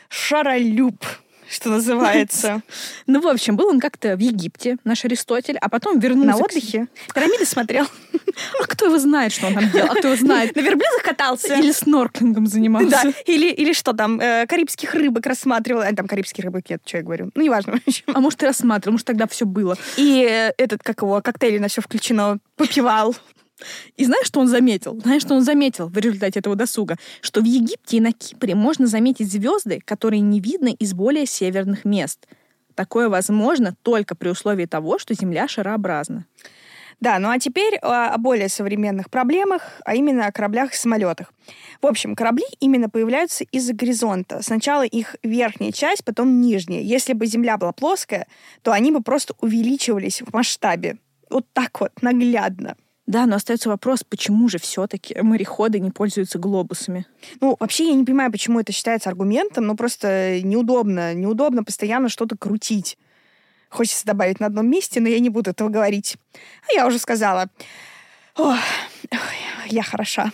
шаролюб, что называется. Ну, в общем, был он как-то в Египте, наш Аристотель, а потом вернулся... На отдыхе? Пирамиды смотрел. А кто его знает, что он там делал? А кто его знает? На верблюдах катался? Или снорклингом занимался? Да, или, или что там, э, карибских рыбок рассматривал. А, там карибские рыбок нет, что я говорю. Ну, неважно. А может, и рассматривал, может, тогда все было. И э, этот, как его, коктейли на все включено, попивал. И знаешь, что он заметил? Знаешь, что он заметил в результате этого досуга? Что в Египте и на Кипре можно заметить звезды, которые не видны из более северных мест. Такое возможно только при условии того, что Земля шарообразна. Да, ну а теперь о более современных проблемах, а именно о кораблях и самолетах. В общем, корабли именно появляются из-за горизонта. Сначала их верхняя часть, потом нижняя. Если бы Земля была плоская, то они бы просто увеличивались в масштабе. вот так вот наглядно. Да, но остается вопрос, почему же все-таки мореходы не пользуются глобусами? Ну, вообще, я не понимаю, почему это считается аргументом, но просто неудобно. Неудобно постоянно что-то крутить. Хочется добавить на одном месте, но я не буду этого говорить. А я уже сказала. Ох, я хороша.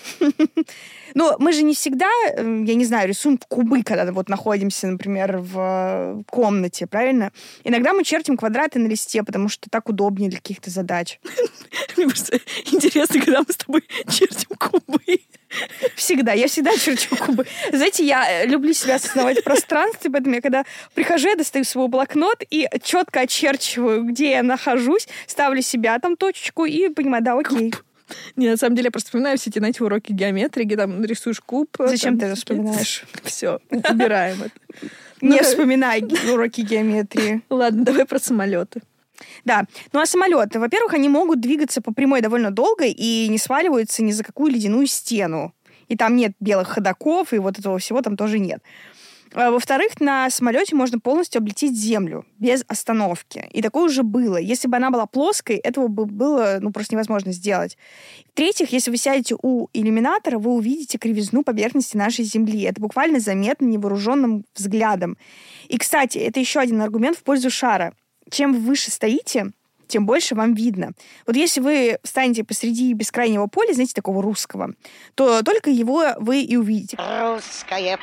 Но мы же не всегда, я не знаю, рисуем кубы, когда вот находимся, например, в комнате, правильно? Иногда мы чертим квадраты на листе, потому что так удобнее для каких-то задач. Мне просто интересно, когда мы с тобой чертим кубы. Всегда. Я всегда черчу кубы. Знаете, я люблю себя осознавать в пространстве, поэтому я когда прихожу, я достаю свой блокнот и четко очерчиваю, где я нахожусь, ставлю себя там точечку и понимаю, да, окей. Не, на самом деле, я просто вспоминаю все эти, знаете, уроки геометрии, где там рисуешь куб. Зачем там, ты это вспоминаешь? Все, убираем это. Не вспоминай уроки геометрии. Ладно, давай про самолеты. Да. Ну, а самолеты, во-первых, они могут двигаться по прямой довольно долго и не сваливаются ни за какую ледяную стену. И там нет белых ходоков, и вот этого всего там тоже нет. Во-вторых, на самолете можно полностью облететь Землю без остановки. И такое уже было. Если бы она была плоской, этого бы было ну, просто невозможно сделать. В-третьих, если вы сядете у иллюминатора, вы увидите кривизну поверхности нашей Земли. Это буквально заметно невооруженным взглядом. И, кстати, это еще один аргумент в пользу шара. Чем вы выше стоите, тем больше вам видно. Вот если вы встанете посреди бескрайнего поля, знаете, такого русского, то только его вы и увидите. Русское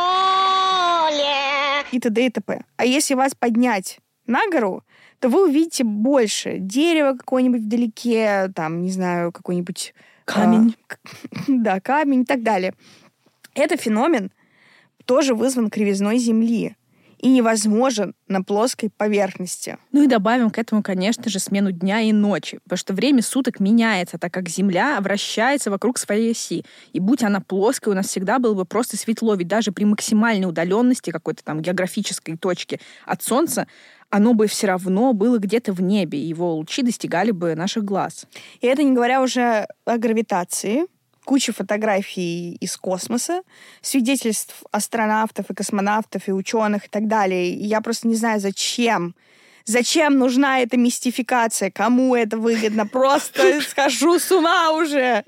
поле! И т.д. и т.п. А если вас поднять на гору, то вы увидите больше. Дерево какое-нибудь вдалеке, там, не знаю, какой-нибудь... Камень. А, да, камень и так далее. Этот феномен тоже вызван кривизной Земли и невозможен на плоской поверхности. Ну и добавим к этому, конечно же, смену дня и ночи, потому что время суток меняется, так как Земля вращается вокруг своей оси. И будь она плоской, у нас всегда было бы просто светло, ведь даже при максимальной удаленности какой-то там географической точки от Солнца оно бы все равно было где-то в небе, и его лучи достигали бы наших глаз. И это не говоря уже о гравитации, куча фотографий из космоса, свидетельств астронавтов и космонавтов, и ученых, и так далее. И я просто не знаю, зачем. Зачем нужна эта мистификация? Кому это выгодно? Просто схожу с ума уже!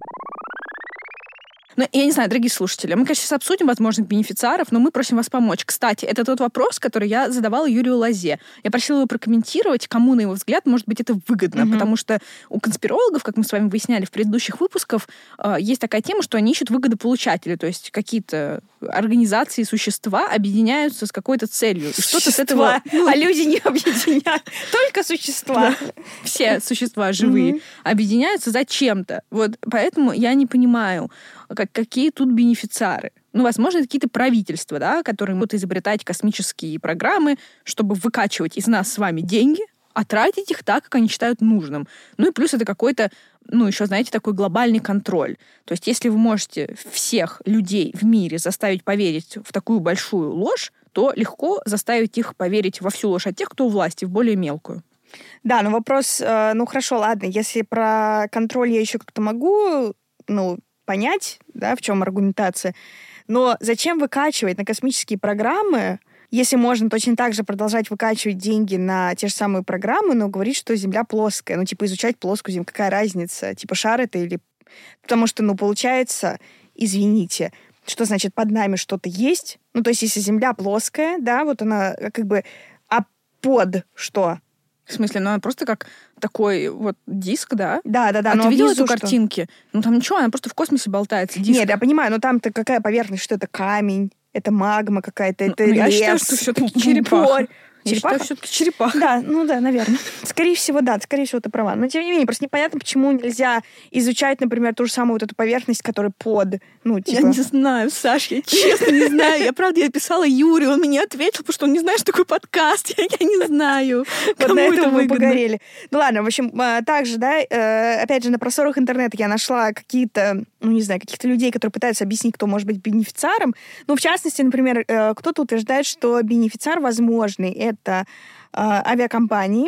Ну, я не знаю, дорогие слушатели, мы, конечно, сейчас обсудим возможных бенефициаров, но мы просим вас помочь. Кстати, это тот вопрос, который я задавала Юрию Лозе. Я просила его прокомментировать, кому, на его взгляд, может быть, это выгодно, mm-hmm. потому что у конспирологов, как мы с вами выясняли в предыдущих выпусках, есть такая тема, что они ищут выгодополучателей, то есть какие-то организации, существа объединяются с какой-то целью. И что-то с этого... Ну, а люди не объединяют, только существа. Да. Все существа живые mm-hmm. объединяются зачем-то. Вот поэтому я не понимаю, как, какие тут бенефициары. Ну, возможно, это какие-то правительства, да, которые будут изобретать космические программы, чтобы выкачивать из нас с вами деньги, а тратить их так, как они считают нужным. Ну и плюс это какой-то, ну, еще, знаете, такой глобальный контроль. То есть если вы можете всех людей в мире заставить поверить в такую большую ложь, то легко заставить их поверить во всю ложь от тех, кто у власти, в более мелкую. Да, но вопрос, ну, хорошо, ладно, если про контроль я еще как-то могу, ну, понять, да, в чем аргументация. Но зачем выкачивать на космические программы, если можно точно так же продолжать выкачивать деньги на те же самые программы, но говорить, что Земля плоская, ну, типа, изучать плоскую Землю, какая разница, типа, шар это или... Потому что, ну, получается, извините, что значит под нами что-то есть? Ну, то есть, если Земля плоская, да, вот она как бы... А под что? В смысле, ну, она просто как такой вот диск, да? Да, да, да. А но ты видела внизу эту что? картинки? Ну, там ничего, она просто в космосе болтается. Диск. Нет, я понимаю, но там-то какая поверхность, что это камень, это магма какая-то, это ну, лес. Я считаю, что все-таки черепаха. Я Черепаха? считаю, все-таки черепаха. Да, ну да, наверное. Скорее всего, да, скорее всего, ты права. Но, тем не менее, просто непонятно, почему нельзя изучать, например, ту же самую вот эту поверхность, которая под, ну, типа... Я не знаю, Саш, я честно не знаю. Я, правда, я писала Юрию, он мне ответил, потому что он не знает, что такое подкаст. Я, я не знаю, вот кому на это этом мы выгодно. погорели. Ну ладно, в общем, также, да, опять же, на просторах интернета я нашла какие-то, ну, не знаю, каких-то людей, которые пытаются объяснить, кто может быть бенефициаром. Ну, в частности, например, кто-то утверждает, что бенефициар возможный — это авиакомпании,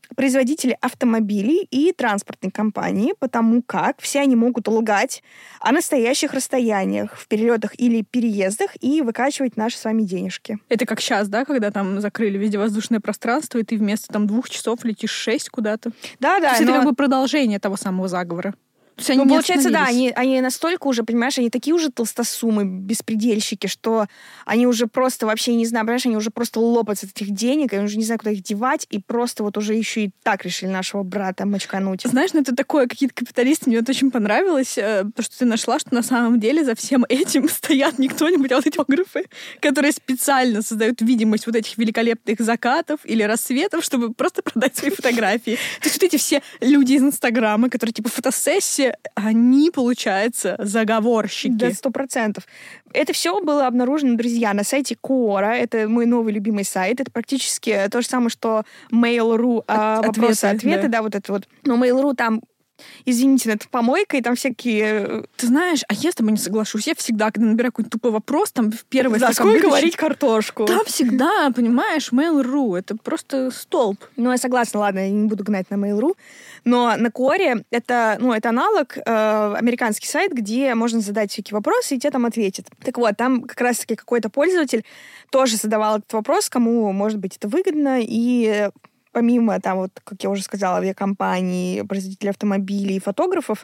производители автомобилей и транспортной компании, потому как все они могут лгать о настоящих расстояниях в перелетах или переездах и выкачивать наши с вами денежки. Это как сейчас, да, когда там закрыли везде воздушное пространство, и ты вместо там двух часов летишь шесть куда-то. Да, да. То есть но... это как бы продолжение того самого заговора. Ну, они получается, да, они, они настолько уже, понимаешь, они такие уже толстосумы, беспредельщики, что они уже просто вообще, не знаю, понимаешь, они уже просто лопаются от этих денег, они уже не знают, куда их девать, и просто вот уже еще и так решили нашего брата мочкануть. Знаешь, ну это такое, какие-то капиталисты, мне вот очень понравилось, э, то, что ты нашла, что на самом деле за всем этим стоят не кто-нибудь, а вот эти фотографы, которые специально создают видимость вот этих великолепных закатов или рассветов, чтобы просто продать свои фотографии. То есть вот эти все люди из Инстаграма, которые типа фотосессия, они, получается, заговорщики. Да, сто процентов. Это все было обнаружено, друзья, на сайте Quora. Это мой новый любимый сайт. Это практически то же самое, что Mail.ru, а, вопросы-ответы, да. да, вот это вот. Но Mail.ru там, извините, это помойка, и там всякие... Ты знаешь, а я с тобой не соглашусь. Я всегда, когда набираю какой-нибудь тупой вопрос, там в первой... За сколько варить картошку? Там всегда, понимаешь, Mail.ru. Это просто столб. Ну, я согласна, ладно, я не буду гнать на Mail.ru. Но на Quora это, ну, это аналог, э, американский сайт, где можно задать всякие вопросы, и тебе там ответят. Так вот, там как раз-таки какой-то пользователь тоже задавал этот вопрос, кому, может быть, это выгодно, и помимо, там, вот, как я уже сказала, авиакомпаний, производителей автомобилей, фотографов,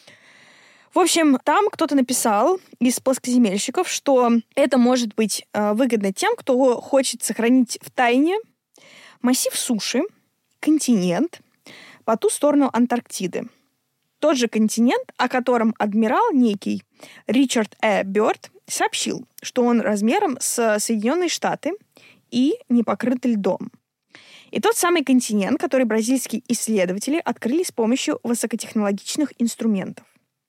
в общем, там кто-то написал из плоскоземельщиков, что это может быть э, выгодно тем, кто хочет сохранить в тайне массив суши, континент, по ту сторону Антарктиды. Тот же континент, о котором адмирал некий Ричард Э. Бёрд сообщил, что он размером с Соединенные Штаты и не покрыт льдом. И тот самый континент, который бразильские исследователи открыли с помощью высокотехнологичных инструментов.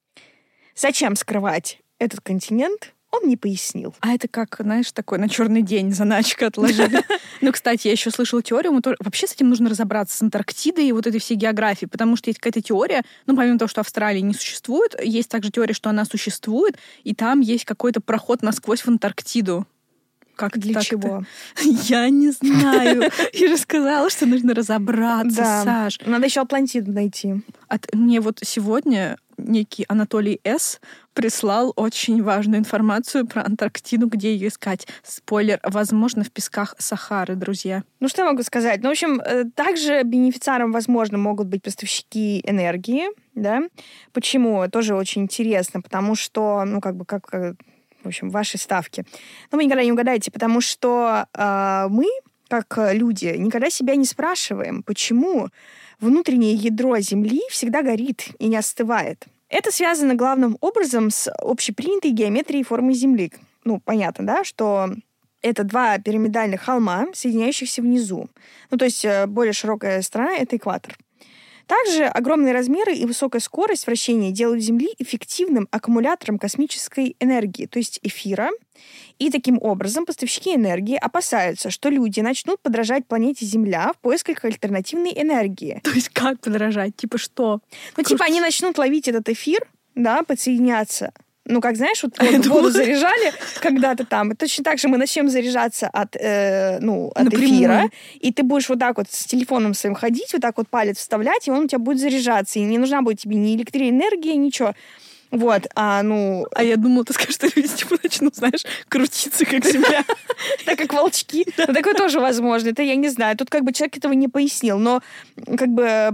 Зачем скрывать этот континент, он не пояснил. А это как, знаешь, такой на черный день заначка отложили. Ну, кстати, я еще слышала теорию, вообще с этим нужно разобраться, с Антарктидой и вот этой всей географией, потому что есть какая-то теория, ну, помимо того, что Австралии не существует, есть также теория, что она существует, и там есть какой-то проход насквозь в Антарктиду. Как для чего? Я не знаю. Я же сказала, что нужно разобраться, да. Саш. Надо еще Атлантиду найти. От... Мне вот сегодня некий Анатолий С. прислал очень важную информацию про Антарктиду, где ее искать. Спойлер, возможно, в песках Сахары, друзья. Ну, что я могу сказать? Ну, в общем, также бенефициаром, возможно, могут быть поставщики энергии, да? Почему? Тоже очень интересно, потому что, ну, как бы, как... в общем, ваши ставки. Но вы никогда не угадаете, потому что э, мы, как люди, никогда себя не спрашиваем, почему внутреннее ядро Земли всегда горит и не остывает. Это связано главным образом с общепринятой геометрией формы Земли. Ну, понятно, да, что это два пирамидальных холма, соединяющихся внизу. Ну, то есть более широкая сторона — это экватор. Также огромные размеры и высокая скорость вращения делают Земли эффективным аккумулятором космической энергии, то есть эфира. И таким образом поставщики энергии опасаются, что люди начнут подражать планете Земля в поисках альтернативной энергии. То есть как подражать? Типа что? Ну, типа они начнут ловить этот эфир, да, подсоединяться. Ну, как, знаешь, вот воду, воду заряжали когда-то там. И точно так же мы начнем заряжаться от, э, ну, от эфира. И ты будешь вот так вот с телефоном своим ходить, вот так вот палец вставлять, и он у тебя будет заряжаться. И не нужна будет тебе ни электроэнергия, ничего. Вот, а, ну... А я думала, ты скажешь, что люди типа начнут, знаешь, крутиться, как земля. Так как волчки. Ну, такое тоже возможно. Это я не знаю. Тут как бы человек этого не пояснил. Но как бы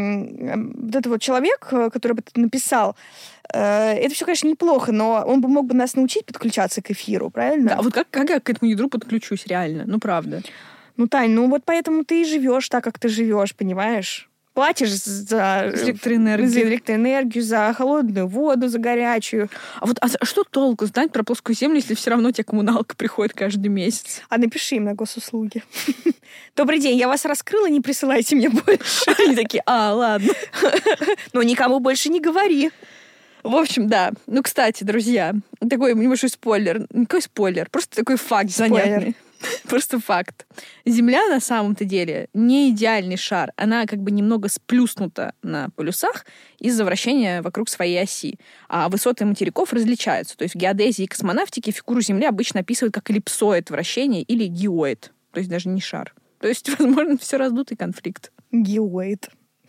вот этот вот человек, который бы это написал, это все, конечно, неплохо, но он бы мог бы нас научить подключаться к эфиру, правильно? Да, вот как, как я к этому ядру подключусь реально? Ну, правда. Ну, Тань, ну вот поэтому ты и живешь так, как ты живешь, понимаешь? Платишь за электроэнергию. за электроэнергию, за холодную воду, за горячую. А вот а что толку знать про плоскую землю, если все равно тебе коммуналка приходит каждый месяц? А напиши им на госуслуги. Добрый день, я вас раскрыла, не присылайте мне больше. Они такие, а, ладно. Но никому больше не говори. В общем, да. Ну, кстати, друзья, такой небольшой спойлер. Какой спойлер? Просто такой факт занятный. Просто факт. Земля на самом-то деле не идеальный шар. Она как бы немного сплюснута на полюсах из-за вращения вокруг своей оси. А высоты материков различаются. То есть в геодезии и космонавтике фигуру Земли обычно описывают как эллипсоид вращения или геоид. То есть даже не шар. То есть, возможно, все раздутый конфликт. Гил Уэйт.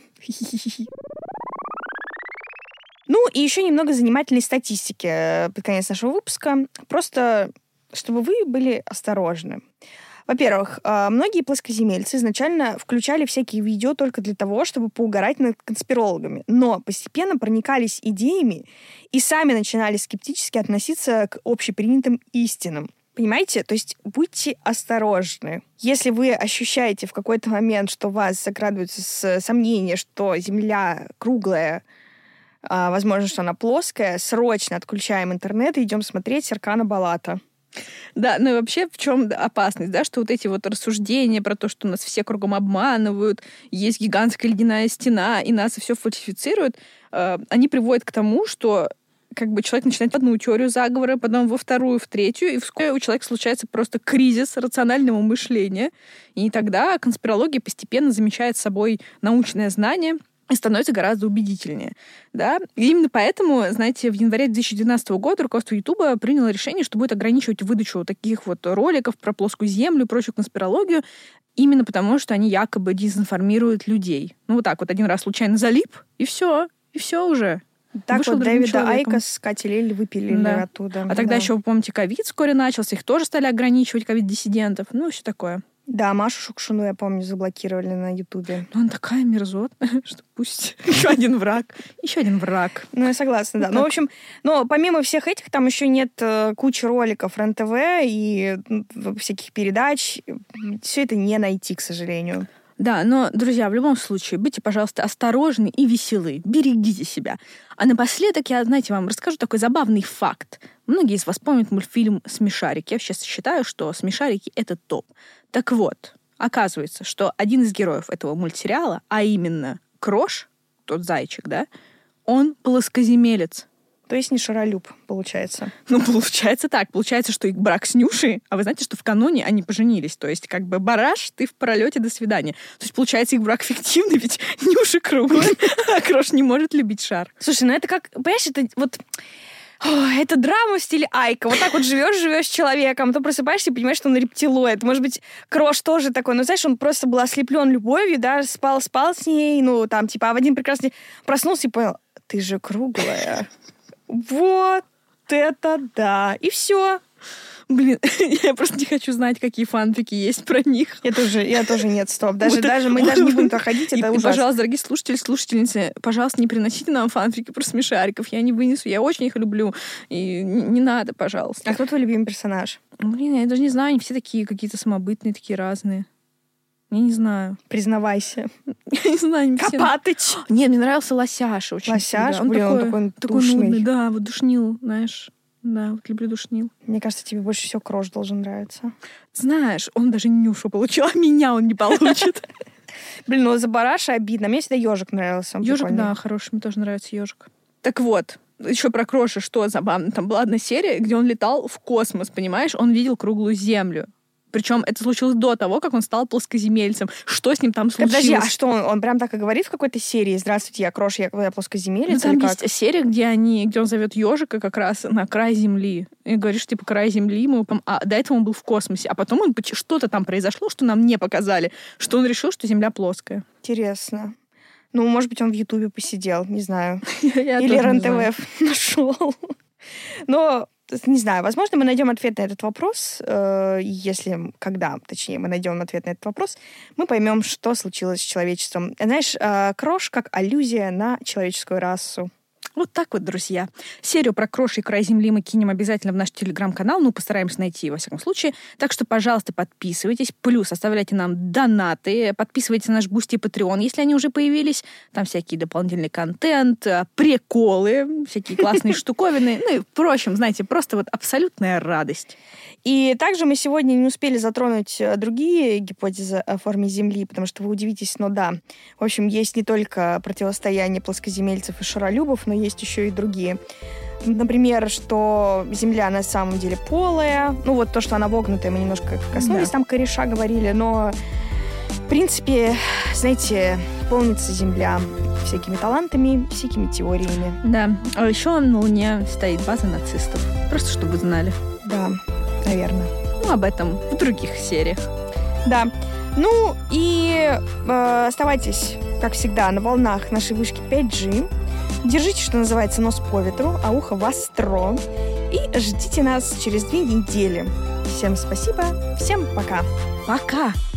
Ну, и еще немного занимательной статистики под конец нашего выпуска. Просто, чтобы вы были осторожны. Во-первых, многие плоскоземельцы изначально включали всякие видео только для того, чтобы поугарать над конспирологами. Но постепенно проникались идеями и сами начинали скептически относиться к общепринятым истинам. Понимаете? То есть будьте осторожны. Если вы ощущаете в какой-то момент, что у вас закрадываются сомнения, что Земля круглая, возможно, что она плоская, срочно отключаем интернет и идем смотреть Серкана Балата. Да, ну и вообще в чем опасность, да, что вот эти вот рассуждения про то, что нас все кругом обманывают, есть гигантская ледяная стена, и нас все фальсифицируют, э, они приводят к тому, что как бы человек начинает одну теорию заговора, потом во вторую, в третью, и вскоре у человека случается просто кризис рационального мышления, и тогда конспирология постепенно замещает собой научное знание и становится гораздо убедительнее. Да? И именно поэтому, знаете, в январе две тысячи двенадцатого года руководство Ютуба приняло решение, что будет ограничивать выдачу таких вот роликов про плоскую землю и прочую конспирологию, именно потому, что они якобы дезинформируют людей. Ну вот так вот один раз случайно залип, и все, и все уже. Так Вышел вот другим Дэвида человеком. Айка с Катей Лель выпилили Да. оттуда. А тогда да. еще, вы помните, ковид вскоре начался, их тоже стали ограничивать, ковид-диссидентов, ну, все такое. Да, Машу Шукшину, я помню, заблокировали на Ютубе. Ну, она такая мерзотная, что пусть еще один враг, еще один враг. Ну, я согласна, да. Вот Ну, в так. общем, но помимо всех этих, там еще нет э, кучи роликов РЕН-ТВ и м, всяких передач. Все это не найти, к сожалению. Да, но, друзья, в любом случае, будьте, пожалуйста, осторожны и веселы, берегите себя. А напоследок я, знаете, вам расскажу такой забавный факт. Многие из вас помнят мультфильм «Смешарики». Я сейчас считаю, что «Смешарики» — это топ. Так вот, оказывается, что один из героев этого мультсериала, а именно Крош, тот зайчик, да, он плоскоземелец. То есть не шаролюб, получается. Ну, получается так. Получается, что их брак с Нюшей, а вы знаете, что в каноне они поженились. То есть, как бы, бараш, ты в пролете, до свидания. То есть, получается, их брак фиктивный, ведь Нюша круглая, а Крош не может любить шар. Слушай, ну это как, понимаешь, это вот... О, это драма в стиле Айка. Вот так вот живешь, живешь с человеком, а то просыпаешься и понимаешь, что он рептилоид. Может быть, Крош тоже такой. Ну, знаешь, он просто был ослеплен любовью, да, спал, спал с ней, ну, там, типа, а в один прекрасный день проснулся и понял, ты же круглая. Вот это да. И все. Блин, я просто не хочу знать, какие фанфики есть про них. Я тоже, я тоже нет, стоп. Даже, Вот, даже мы вот, даже не вот. будем туда ходить, И, это и, ужасно. пожалуйста, дорогие слушатели, слушательницы, пожалуйста, не приносите нам фанфики про смешариков. Я не вынесу, я очень их люблю. И не, не надо, пожалуйста. А кто твой любимый персонаж? Блин, я даже не знаю, они все такие какие-то самобытные, такие разные. Я не знаю. Признавайся. Я не знаю, они все... Копатыч. Нет, мне нравился Лосяша очень. Лосяш? всегда. Он Блин, он такой, такой такой душный. нудный, да, вот душнил, знаешь. Да, вот люблю душнил. Мне кажется, тебе больше всего Крош должен нравиться. Знаешь, он даже Нюшу получил, а меня он не получит. Блин, ну за Бараша обидно. Мне всегда ежик нравился. он Ежик, прикольный. да, хороший, мне тоже нравится ежик. Так вот, еще про Кроша что забавно. Там была одна серия, где он летал в космос, понимаешь? Он видел круглую Землю. Причем это случилось до того, как он стал плоскоземельцем. Что с ним там случилось? Подожди, а что, он, он прям так и говорит в какой-то серии? Здравствуйте, я Крош, я, я плоскоземелец? Ну, там или как? есть серия, где, они, где он зовет ежика как раз на край Земли. И говорит, что типа край Земли, мы, пом- а до этого он был в космосе. А потом он, поч- что-то там произошло, что нам не показали, что он решил, что Земля плоская. Интересно. Ну, может быть, он в Ютубе посидел, не знаю. Я Или тоже не знаю. РЕН-ТВ нашел. Но, не знаю, возможно, мы найдем ответ на этот вопрос. э, Если, когда, точнее, мы найдем ответ на этот вопрос, мы поймем, что случилось с человечеством. Знаешь, э, Крош как аллюзия на человеческую расу. Вот так вот, друзья. Серию про Крош и край Земли мы кинем обязательно в наш телеграм-канал, ну, постараемся найти, во всяком случае. Так что, пожалуйста, подписывайтесь. Плюс оставляйте нам донаты, подписывайтесь на наш Бусти и Патреон, если они уже появились. Там всякий дополнительный контент, приколы, всякие классные штуковины. Ну и, впрочем, знаете, просто вот абсолютная радость. И также мы сегодня не успели затронуть э, другие гипотезы о форме Земли, потому что вы удивитесь, но да. В общем, есть не только противостояние плоскоземельцев и шаролюбов, но есть еще и другие. Например, что Земля на самом деле полая. Ну вот то, что она вогнутая, мы немножко коснулись, Да. там кореша говорили, но в принципе, знаете, полнится Земля всякими талантами, всякими теориями. Да. А еще на Луне стоит база нацистов. Просто чтобы вы знали. Да, наверное. Ну, об этом в других сериях. Да. Ну и э, оставайтесь, как всегда, на волнах нашей вышки пять джи. Держите, что называется, нос по ветру, а ухо востро. И ждите нас через две недели. Всем спасибо, всем пока. Пока!